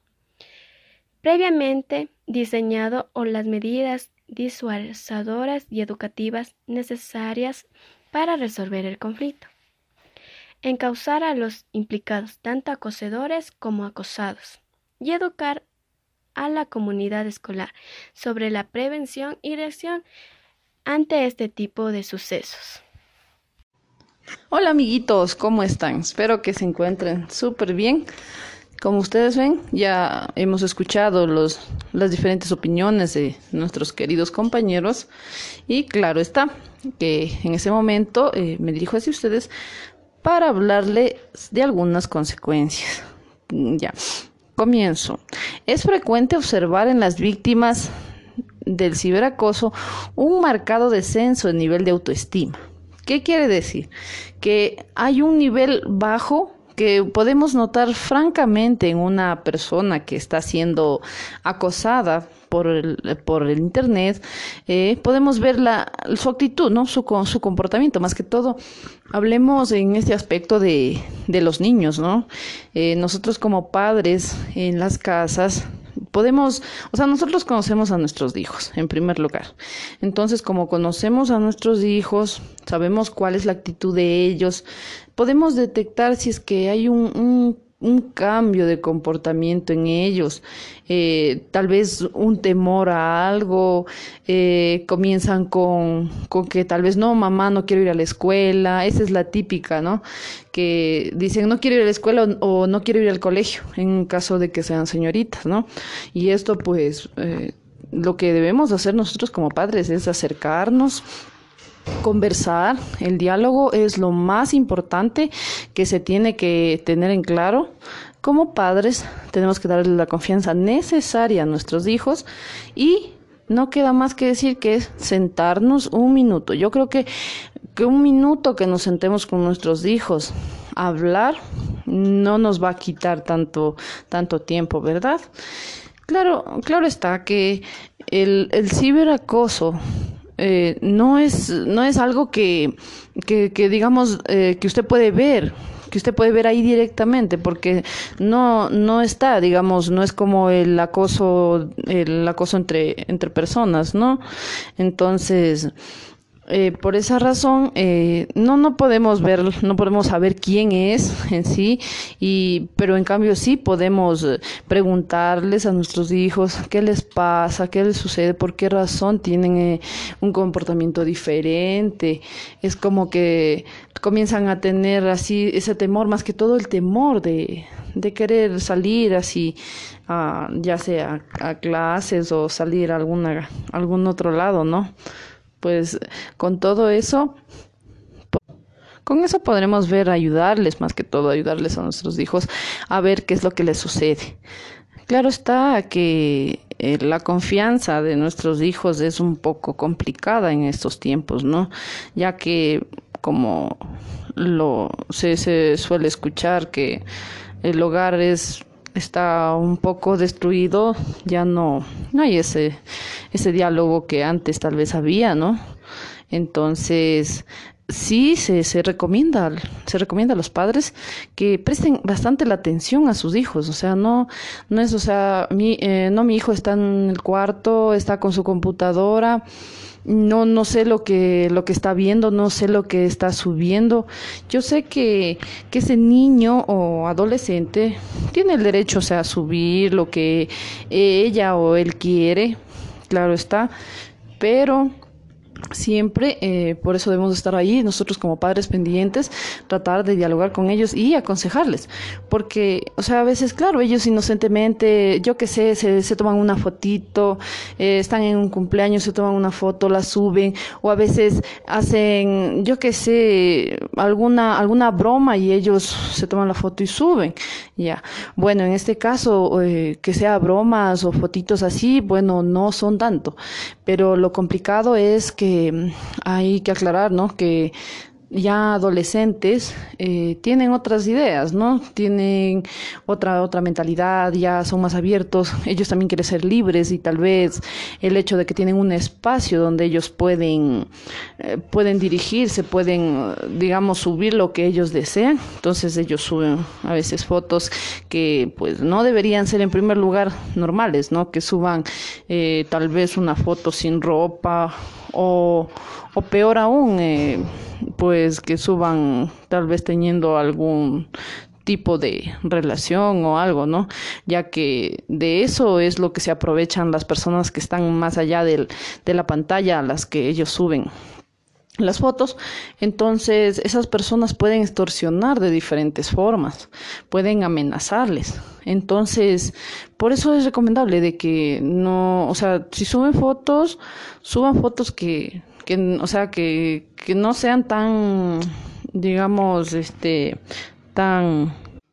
previamente diseñado o las medidas disuasoras y educativas necesarias para resolver el conflicto. Encauzar a los implicados, tanto acosadores como acosados, y educar a la comunidad escolar sobre la prevención y reacción ante este tipo de sucesos. Hola amiguitos, ¿cómo están? Espero que se encuentren súper bien. Como ustedes ven, ya hemos escuchado los, las diferentes opiniones de nuestros queridos compañeros y claro está que en ese momento eh, me dirijo hacia ustedes para hablarles de algunas consecuencias. Ya, comienzo. Es frecuente observar en las víctimas del ciberacoso un marcado descenso en nivel de autoestima. ¿Qué quiere decir? Que hay un nivel bajo que podemos notar francamente en una persona que está siendo acosada por el, por el internet. Eh, podemos ver la, su actitud, ¿no? Su, su comportamiento, más que todo. Hablemos en este aspecto de, de los niños, ¿no? Eh, nosotros como padres en las casas podemos, o sea, nosotros conocemos a nuestros hijos, en primer lugar. Entonces, como conocemos a nuestros hijos, sabemos cuál es la actitud de ellos, podemos detectar si es que hay un, un, un cambio de comportamiento en ellos, eh, tal vez un temor a algo, eh, comienzan con, con que tal vez no, mamá, no quiero ir a la escuela. Esa es la típica, ¿no? Que dicen no quiero ir a la escuela o, o no quiero ir al colegio, en caso de que sean señoritas, ¿no? Y esto pues eh, lo que debemos hacer nosotros como padres es acercarnos, conversar. El diálogo es lo más importante que se tiene que tener en claro. Como padres tenemos que darle la confianza necesaria a nuestros hijos y no queda más que decir que es sentarnos un minuto. Yo creo que, que un minuto que nos sentemos con nuestros hijos a hablar no nos va a quitar tanto, tanto tiempo, ¿verdad? Claro, claro está que el, el ciberacoso Eh, no es no es algo que, que, que digamos eh, que usted puede ver que usted puede ver ahí directamente, porque no no está, digamos, no es como el acoso el acoso entre entre personas, ¿no? Entonces Eh, por esa razón eh, no no podemos ver, no podemos saber quién es en sí, y pero en cambio sí podemos preguntarles a nuestros hijos qué les pasa, qué les sucede, por qué razón tienen eh, un comportamiento diferente. Es como que comienzan a tener así ese temor, más que todo el temor de, de querer salir así, a, ya sea a clases o salir a alguna, a algún otro lado, ¿no? Pues con todo eso, con eso podremos ver, ayudarles, más que todo ayudarles a nuestros hijos a ver qué es lo que les sucede. Claro está que eh, la confianza de nuestros hijos es un poco complicada en estos tiempos, ¿no? Ya que como lo se, se suele escuchar que el hogar es está un poco destruido, ya no, no hay ese, ese diálogo que antes tal vez había, ¿no? Entonces, sí se, se recomienda, se recomienda a los padres que presten bastante la atención a sus hijos. O sea, no, no es, o sea, mi, eh, no, mi hijo está en el cuarto, está con su computadora. No, no sé lo que, lo que está viendo, no sé lo que está subiendo. Yo sé que, que ese niño o adolescente tiene el derecho, o sea, a subir lo que ella o él quiere, claro está, pero siempre, eh, por eso debemos estar ahí, nosotros como padres pendientes, tratar de dialogar con ellos y aconsejarles, porque, o sea, a veces, claro, ellos inocentemente, yo qué sé, se, se toman una fotito, eh, están en un cumpleaños, se toman una foto, la suben, o a veces hacen, yo qué sé, alguna, alguna broma y ellos se toman la foto y suben, ya. Bueno, en este caso, eh, que sea bromas o fotitos así, bueno, no son tanto, pero lo complicado es que hay que aclarar, ¿no? Que ya adolescentes eh, tienen otras ideas, ¿no? Tienen otra otra mentalidad, ya son más abiertos, ellos también quieren ser libres y tal vez el hecho de que tienen un espacio donde ellos pueden eh, pueden dirigirse, pueden, digamos, subir lo que ellos desean, entonces ellos suben a veces fotos que pues no deberían ser en primer lugar normales, ¿no? Que suban eh, tal vez una foto sin ropa o, o peor aún, eh, pues que suban tal vez teniendo algún tipo de relación o algo, ¿no? Ya que de eso es lo que se aprovechan las personas que están más allá del, de la pantalla a las que ellos suben. las fotos, entonces esas personas pueden extorsionar de diferentes formas, pueden amenazarles. Entonces, por eso es recomendable de que no, o sea, si suben fotos, suban fotos que, que o sea, que, que no sean tan, digamos, este, tan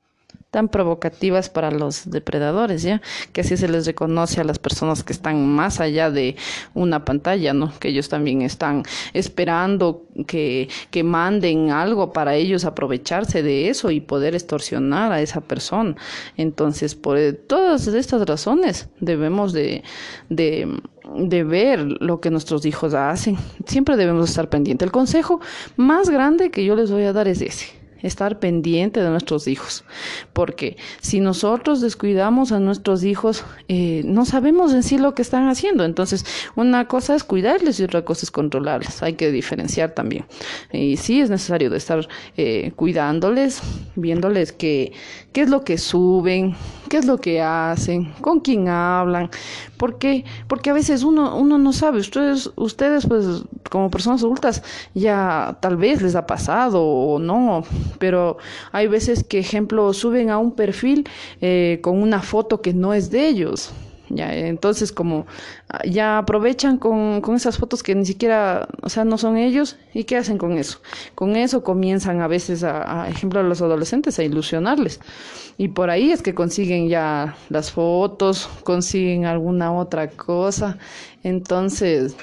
tan provocativas para los depredadores, ¿ya? Que así se les reconoce a las personas que están más allá de una pantalla, ¿no? Que ellos también están esperando que, que manden algo para ellos aprovecharse de eso y poder extorsionar a esa persona. Entonces, por todas estas razones debemos de, de de ver lo que nuestros hijos hacen. Siempre debemos estar pendientes. El consejo más grande que yo les voy a dar es ese: estar pendiente de nuestros hijos, porque si nosotros descuidamos a nuestros hijos, eh, no sabemos en sí lo que están haciendo. Entonces, una cosa es cuidarles y otra cosa es controlarles. Hay que diferenciar también. Y sí es necesario de estar eh, cuidándoles, viéndoles qué, qué es lo que suben, qué es lo que hacen, con quién hablan. ¿Por qué? Porque a veces uno, uno no sabe. Ustedes, ustedes, pues, como personas adultas, ya tal vez les ha pasado o no, pero hay veces que, ejemplo, suben a un perfil eh, con una foto que no es de ellos. Ya, entonces, como ya aprovechan con, con esas fotos que ni siquiera, o sea, no son ellos, ¿y qué hacen con eso? Con eso comienzan a veces, a, a ejemplo, a los adolescentes a ilusionarles. Y por ahí es que consiguen ya las fotos, consiguen alguna otra cosa. Entonces,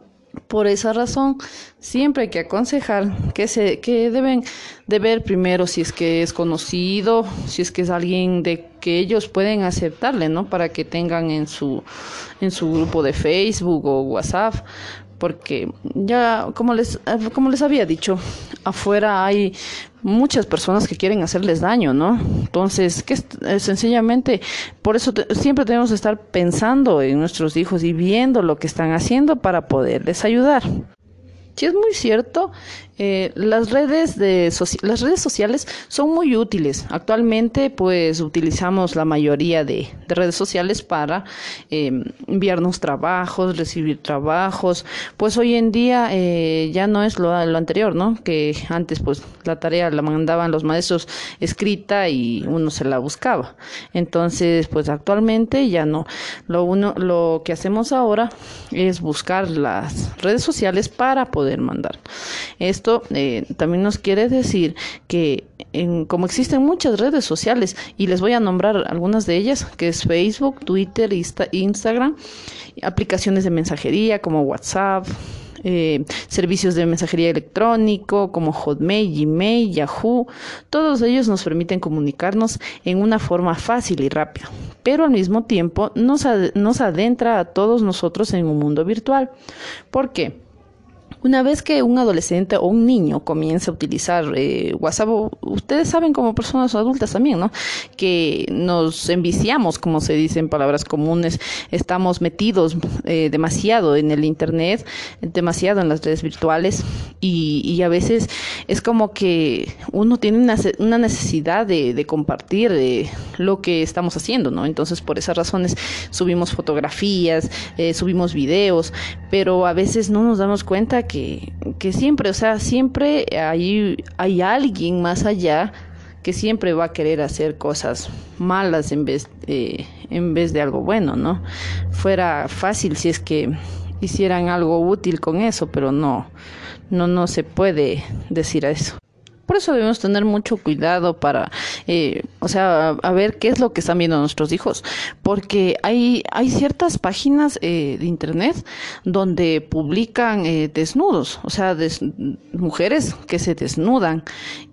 por esa razón, siempre hay que aconsejar que se que deben de ver primero si es que es conocido, si es que es alguien de que ellos pueden aceptarle, ¿no? Para que tengan en su en su grupo de Facebook o WhatsApp, porque ya como les como les había dicho, afuera hay muchas personas que quieren hacerles daño, ¿no? Entonces, que eh, sencillamente, por eso te, siempre tenemos que estar pensando en nuestros hijos y viendo lo que están haciendo para poderles ayudar. Sí, es muy cierto, eh, las redes de soci- las redes sociales son muy útiles. Actualmente, pues, utilizamos la mayoría de, de redes sociales para eh, enviarnos trabajos, recibir trabajos. Pues hoy en día eh, ya no es lo, lo anterior, ¿no? Que antes, pues, la tarea la mandaban los maestros escrita y uno se la buscaba. Entonces, pues, actualmente ya no. Lo uno, lo que hacemos ahora es buscar las redes sociales para poder mandar. Esto eh, también nos quiere decir que en, como existen muchas redes sociales, y les voy a nombrar algunas de ellas, que es Facebook, Twitter, Insta, Instagram, aplicaciones de mensajería como WhatsApp, eh, servicios de mensajería electrónico como Hotmail, Gmail, Yahoo, todos ellos nos permiten comunicarnos en una forma fácil y rápida, pero al mismo tiempo nos, ad- nos adentra a todos nosotros en un mundo virtual. ¿Por qué? Una vez que un adolescente o un niño comienza a utilizar eh, WhatsApp, ustedes saben como personas adultas también, ¿no? Que nos enviciamos, como se dice en palabras comunes, estamos metidos eh, demasiado en el internet, demasiado en las redes virtuales y, y a veces es como que uno tiene una, una necesidad de, de compartir eh, lo que estamos haciendo, ¿no? Entonces, por esas razones subimos fotografías, eh, subimos videos, pero a veces no nos damos cuenta que Que, que siempre, o sea, siempre hay, hay alguien más allá que siempre va a querer hacer cosas malas en vez, eh, en vez de algo bueno, ¿no? Fuera fácil si es que hicieran algo útil con eso, pero no, no, no se puede decir eso. Por eso debemos tener mucho cuidado para, eh, o sea, a, a ver qué es lo que están viendo nuestros hijos, porque hay hay ciertas páginas eh, de internet donde publican eh, desnudos, o sea, des, mujeres que se desnudan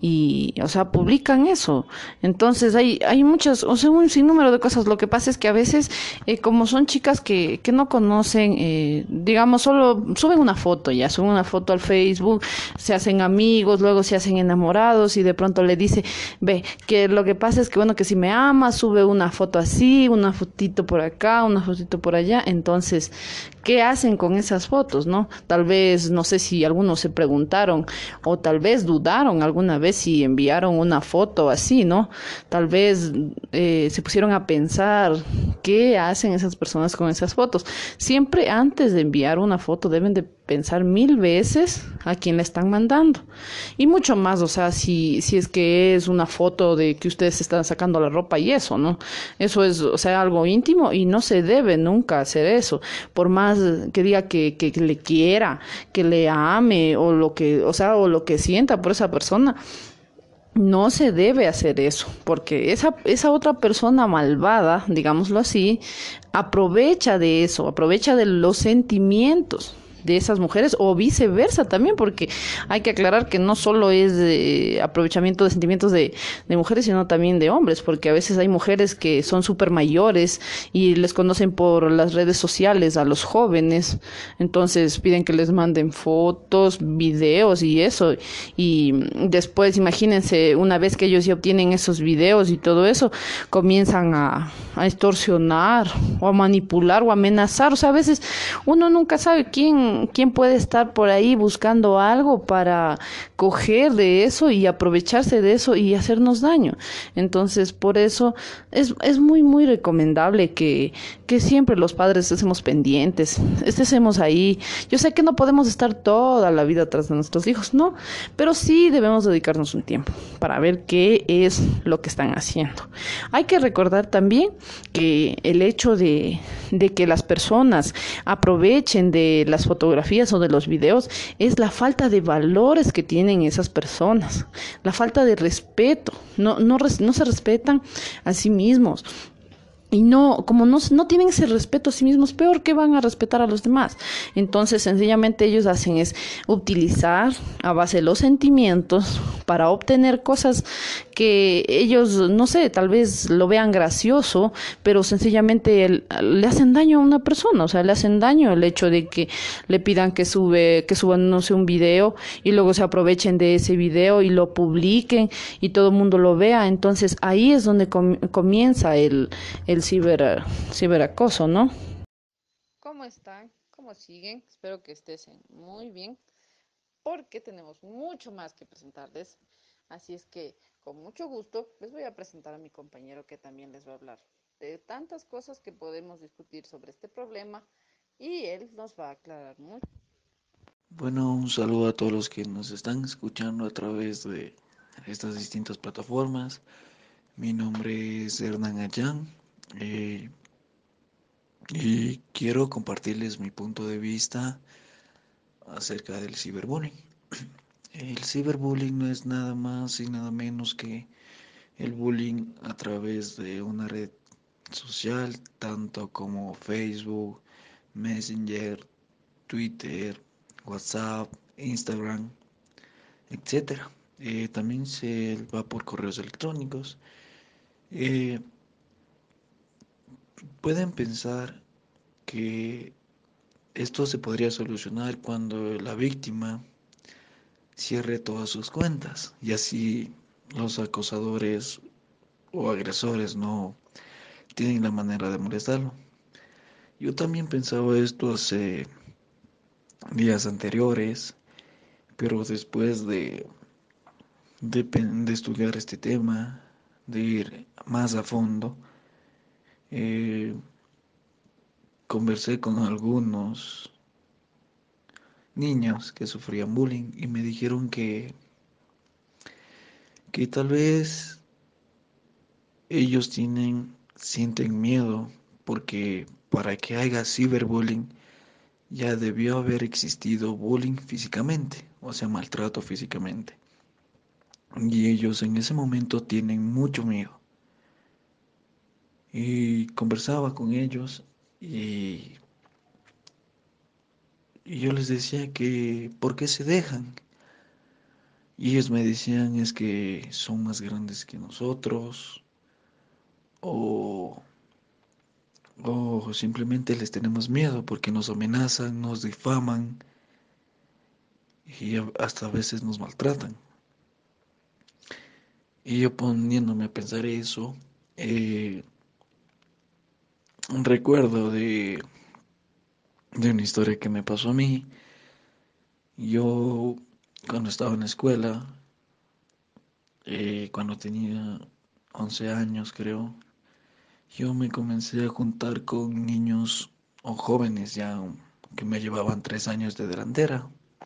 y, o sea, publican eso. Entonces hay hay muchas, o sea, un sinnúmero de cosas. Lo que pasa es que a veces, eh, como son chicas que que no conocen, eh, digamos, solo suben una foto, ya suben una foto al Facebook, se hacen amigos, luego se hacen enamorados y de pronto le dice, ve, que lo que pasa es que bueno, que si me ama, sube una foto así, una fotito por acá, una fotito por allá. Entonces, ¿qué hacen con esas fotos, no? Tal vez, no sé si algunos se preguntaron o tal vez dudaron alguna vez si enviaron una foto así, ¿no? Tal vez eh, se pusieron a pensar qué hacen esas personas con esas fotos. Siempre antes de enviar una foto deben de pensar mil veces a quién le están mandando. Y mucho más, o sea, si, si es que es una foto de que ustedes se están sacando la ropa y eso, ¿no? Eso es, o sea, algo íntimo y no se debe nunca hacer eso. Por más que diga que, que, que le quiera, que le ame o lo que, o sea, o lo que sienta por esa persona. No se debe hacer eso, porque esa, esa otra persona malvada, digámoslo así, aprovecha de eso, aprovecha de los sentimientos de esas mujeres o viceversa también, porque hay que aclarar que no solo es eh, aprovechamiento de sentimientos de, de mujeres, sino también de hombres, porque a veces hay mujeres que son súper mayores y les conocen por las redes sociales a los jóvenes, entonces piden que les manden fotos, videos y eso, y después imagínense, una vez que ellos ya obtienen esos videos y todo eso, comienzan a, a extorsionar o a manipular o a amenazar, o sea, a veces uno nunca sabe quién quién puede estar por ahí buscando algo para coger de eso y aprovecharse de eso y hacernos daño. Entonces, por eso es, es muy, muy recomendable que, que siempre los padres estemos pendientes, estemos ahí. Yo sé que no podemos estar toda la vida atrás de nuestros hijos, no, pero sí debemos dedicarnos un tiempo para ver qué es lo que están haciendo. Hay que recordar también que el hecho de, de que las personas aprovechen de las fotografías o de los videos es la falta de valores que tienen esas personas, la falta de respeto, no, no, no se respetan a sí mismos. Y no, como no, no tienen ese respeto a sí mismos, peor que van a respetar a los demás. Entonces, sencillamente ellos hacen es utilizar a base de los sentimientos para obtener cosas que ellos, no sé, tal vez lo vean gracioso, pero sencillamente el, le hacen daño a una persona. O sea, le hacen daño el hecho de que le pidan que sube, que suban, no sé, un video y luego se aprovechen de ese video y lo publiquen y todo el mundo lo vea. Entonces, ahí es donde com- comienza el, el ciber, ciberacoso, ¿no? ¿Cómo están? ¿Cómo siguen? Espero que estén muy bien, porque tenemos mucho más que presentarles. Así es que, con mucho gusto, les voy a presentar a mi compañero que también les va a hablar de tantas cosas que podemos discutir sobre este problema y él nos va a aclarar mucho. Bueno, un saludo a todos los que nos están escuchando a través de estas distintas plataformas. Mi nombre es Hernán Ayán eh, y quiero compartirles mi punto de vista acerca del ciberbullying. El ciberbullying no es nada más y nada menos que el bullying a través de una red social, tanto como Facebook, Messenger, Twitter, WhatsApp, Instagram, etcétera. Eh, también se va por correos electrónicos. Eh, Pueden pensar que esto se podría solucionar cuando la víctima cierre todas sus cuentas y así los acosadores o agresores no tienen la manera de molestarlo. Yo también pensaba esto hace días anteriores, pero después de, de, de estudiar este tema, de ir más a fondo, eh, conversé con algunos niños que sufrían bullying y me dijeron que, que tal vez ellos tienen, sienten miedo porque para que haya ciberbullying ya debió haber existido bullying físicamente, o sea, maltrato físicamente. Y ellos en ese momento tienen mucho miedo. Y conversaba con ellos y, y yo les decía que, ¿por qué se dejan? Y ellos me decían es que son más grandes que nosotros o, o simplemente les tenemos miedo porque nos amenazan, nos difaman y a- hasta a veces nos maltratan. Y yo poniéndome a pensar eso, eh, recuerdo de, de una historia que me pasó a mí. Yo cuando estaba en la escuela, eh, cuando tenía once años creo, yo me comencé a juntar con niños o jóvenes ya que me llevaban tres años de delantera.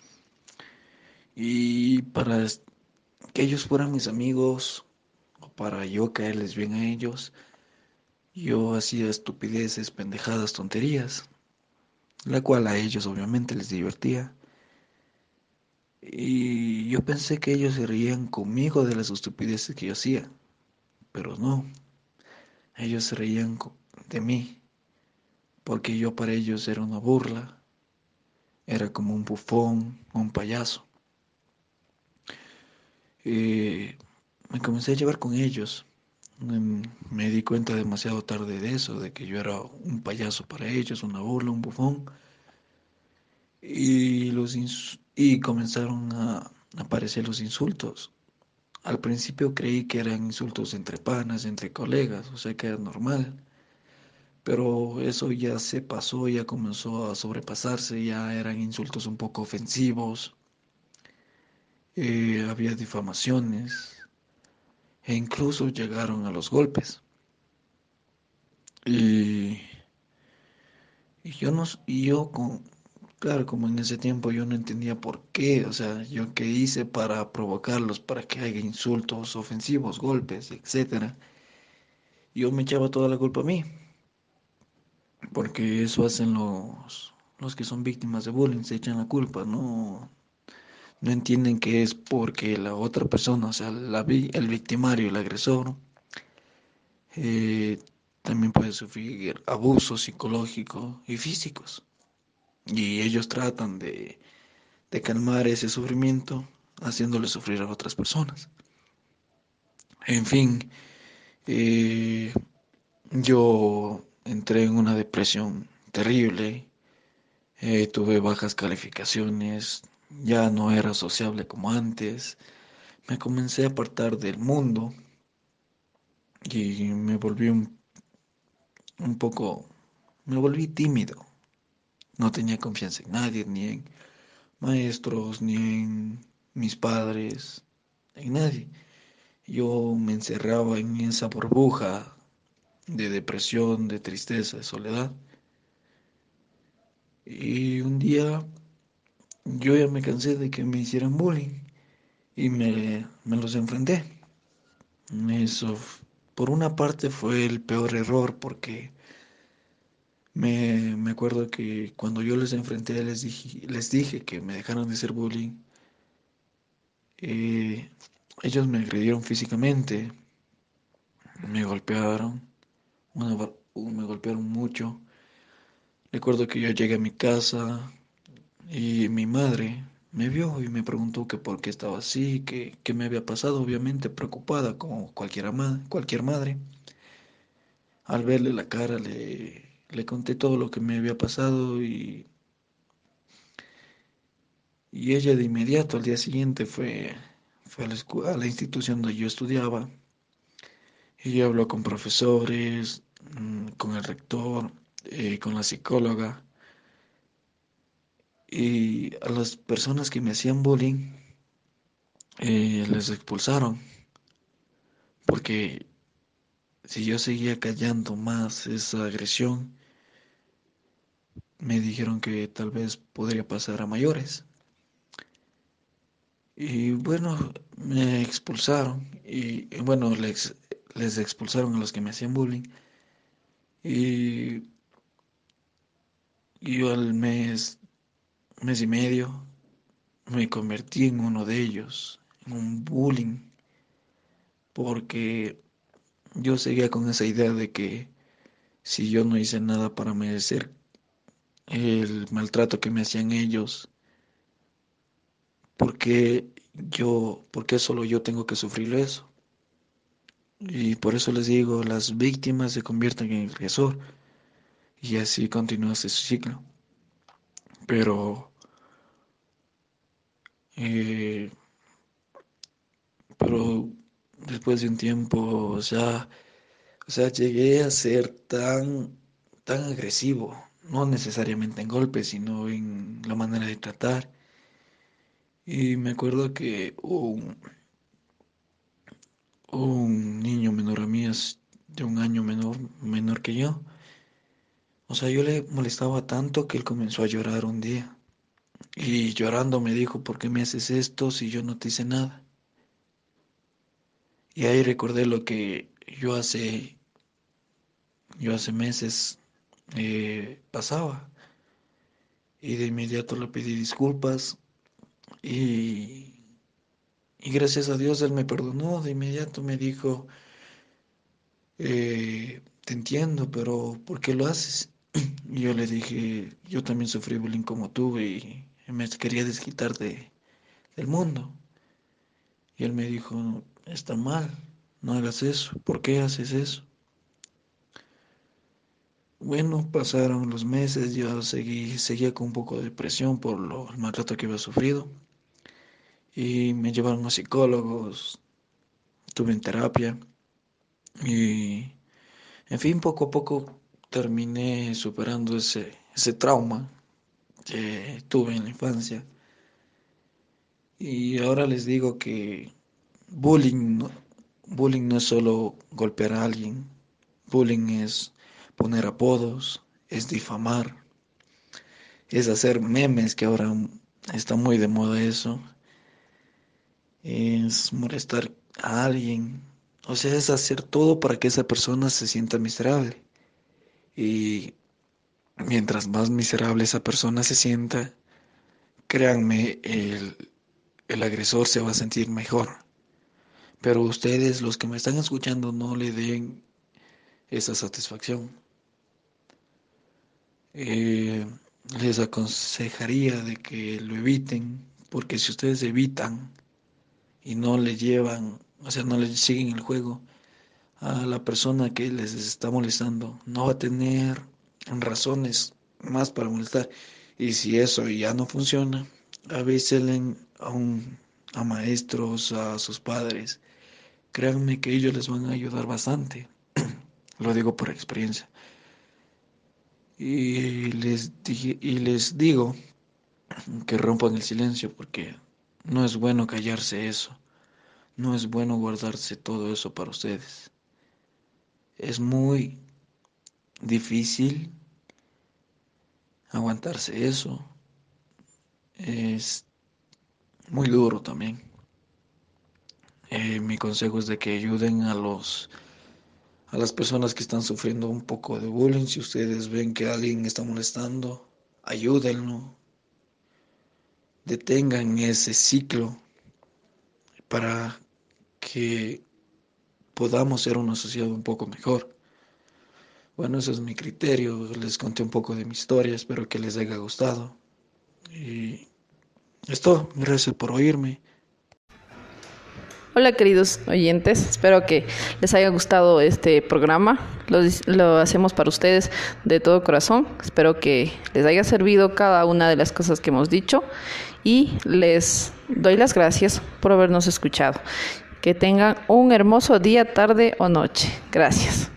Y para que ellos fueran mis amigos, o para yo caerles bien a ellos, yo hacía estupideces, pendejadas, tonterías, la cual a ellos obviamente les divertía. Y yo pensé que ellos se reían conmigo de las estupideces que yo hacía, pero no, ellos se reían co- de mí, porque yo para ellos era una burla, era como un bufón, un payaso. Eh, Me comencé a llevar con ellos. Em, Me di cuenta demasiado tarde de eso, de que yo era un payaso para ellos, una burla, un bufón. Y, los ins- y comenzaron a aparecer los insultos. Al principio creí que eran insultos entre panas, entre colegas, o sea que era normal. Pero eso ya se pasó, ya comenzó a sobrepasarse, ya eran insultos un poco ofensivos, eh, había difamaciones e incluso llegaron a los golpes. Y, y yo no, s- y yo con, claro, como en ese tiempo yo no entendía por qué, o sea, yo qué hice para provocarlos, para que haya insultos ofensivos, golpes, etcétera. Yo me echaba toda la culpa a mí, porque eso hacen los, los que son víctimas de bullying, se echan la culpa, no, no entienden que es porque la otra persona, o sea, la, vi- el victimario, el agresor, eh, también puede sufrir abusos psicológicos y físicos. Y ellos tratan de, de calmar ese sufrimiento haciéndole sufrir a otras personas. En fin, eh, yo entré en una depresión terrible, eh, tuve bajas calificaciones, ya no era sociable como antes, me comencé a apartar del mundo y me volví un, un poco, me volví tímido. No tenía confianza en nadie, ni en maestros, ni en mis padres, en nadie. Yo me encerraba en esa burbuja de depresión, de tristeza, de soledad. Y un día yo ya me cansé de que me hicieran bullying y me, me los enfrenté. Eso, f- por una parte, fue el peor error porque me, me acuerdo que cuando yo les enfrenté les dije, les dije que me dejaran de hacer bullying. Eh, Ellos me agredieron físicamente, me golpearon, una ba- uh, me golpearon mucho. Recuerdo que yo llegué a mi casa y mi madre me vio y me preguntó que por qué estaba así, que qué me había pasado, obviamente preocupada como cualquier ama- cualquier madre. Al verle la cara le, le conté todo lo que me había pasado y, y ella de inmediato al día siguiente fue, fue a la, escu- a la institución donde yo estudiaba. Ella habló con profesores, mm, con el rector, eh, con la psicóloga y a las personas que me hacían bullying eh, les expulsaron porque si yo seguía callando más esa agresión, me dijeron que tal vez podría pasar a mayores. Y bueno, me expulsaron y y bueno, les, les expulsaron a los que me hacían bullying. Y yo al mes, mes y medio, me convertí en uno de ellos, en un bullying, porque yo seguía con esa idea de que si yo no hice nada para merecer el maltrato que me hacían ellos, ¿por qué yo, por qué solo yo tengo que sufrir eso? Y por eso les digo, las víctimas se convierten en agresor y así continúa ese ciclo. Pero, eh, pero después de un tiempo, o sea, o sea, llegué a ser tan, tan agresivo, no necesariamente en golpes, sino en la manera de tratar. Y me acuerdo que un, un niño menor a mí, es de un año menor, menor que yo, O sea, yo le molestaba tanto que él comenzó a llorar un día. Y llorando me dijo, ¿por qué me haces esto si yo no te hice nada? Y ahí recordé lo que yo hace, yo hace meses eh, pasaba. Y de inmediato le pedí disculpas y, y gracias a Dios él me perdonó. De inmediato me dijo, eh, te entiendo, pero ¿por qué lo haces? Y yo le dije, yo también sufrí bullying como tú y me quería desquitar de, del mundo. Y él me dijo, está mal, no hagas eso. ¿Por qué haces eso? Bueno, pasaron los meses, yo seguí, seguía con un poco de depresión por lo, el maltrato que había sufrido. Y me llevaron a psicólogos, estuve en terapia y, en fin, poco a poco terminé superando ese, ese trauma que tuve en la infancia. Y ahora les digo que bullying no, bullying no es solo golpear a alguien, bullying es poner apodos, es difamar, es hacer memes, que ahora está muy de moda eso, es molestar a alguien, o sea, es hacer todo para que esa persona se sienta miserable. Y mientras más miserable esa persona se sienta, créanme, el, el agresor se va a sentir mejor. Pero ustedes, los que me están escuchando, no le den esa satisfacción. Eh, Les aconsejaría de que lo eviten, porque si ustedes evitan y no le llevan, o sea, no le siguen el juego a la persona que les está molestando, no va a tener razones más para molestar. Y si eso ya no funciona, avísenle a un, a maestros, a sus padres. Créanme que ellos les van a ayudar bastante. Lo digo por experiencia. Y les, dije, y les digo que rompan el silencio porque no es bueno callarse eso. No es bueno guardarse todo eso para ustedes. Es muy difícil aguantarse eso. Es muy duro también. Eh, mi consejo es de que ayuden a los a las personas que están sufriendo un poco de bullying. Si ustedes ven que alguien está molestando, ayúdenlo. Detengan ese ciclo para que podamos ser una sociedad un poco mejor. Bueno, ese es mi criterio. Les conté un poco de mi historia. Espero que les haya gustado. Y es todo. Gracias por oírme. Hola queridos oyentes, espero que les haya gustado este programa, lo, lo hacemos para ustedes de todo corazón, espero que les haya servido cada una de las cosas que hemos dicho y les doy las gracias por habernos escuchado. Que tengan un hermoso día, tarde o noche. Gracias.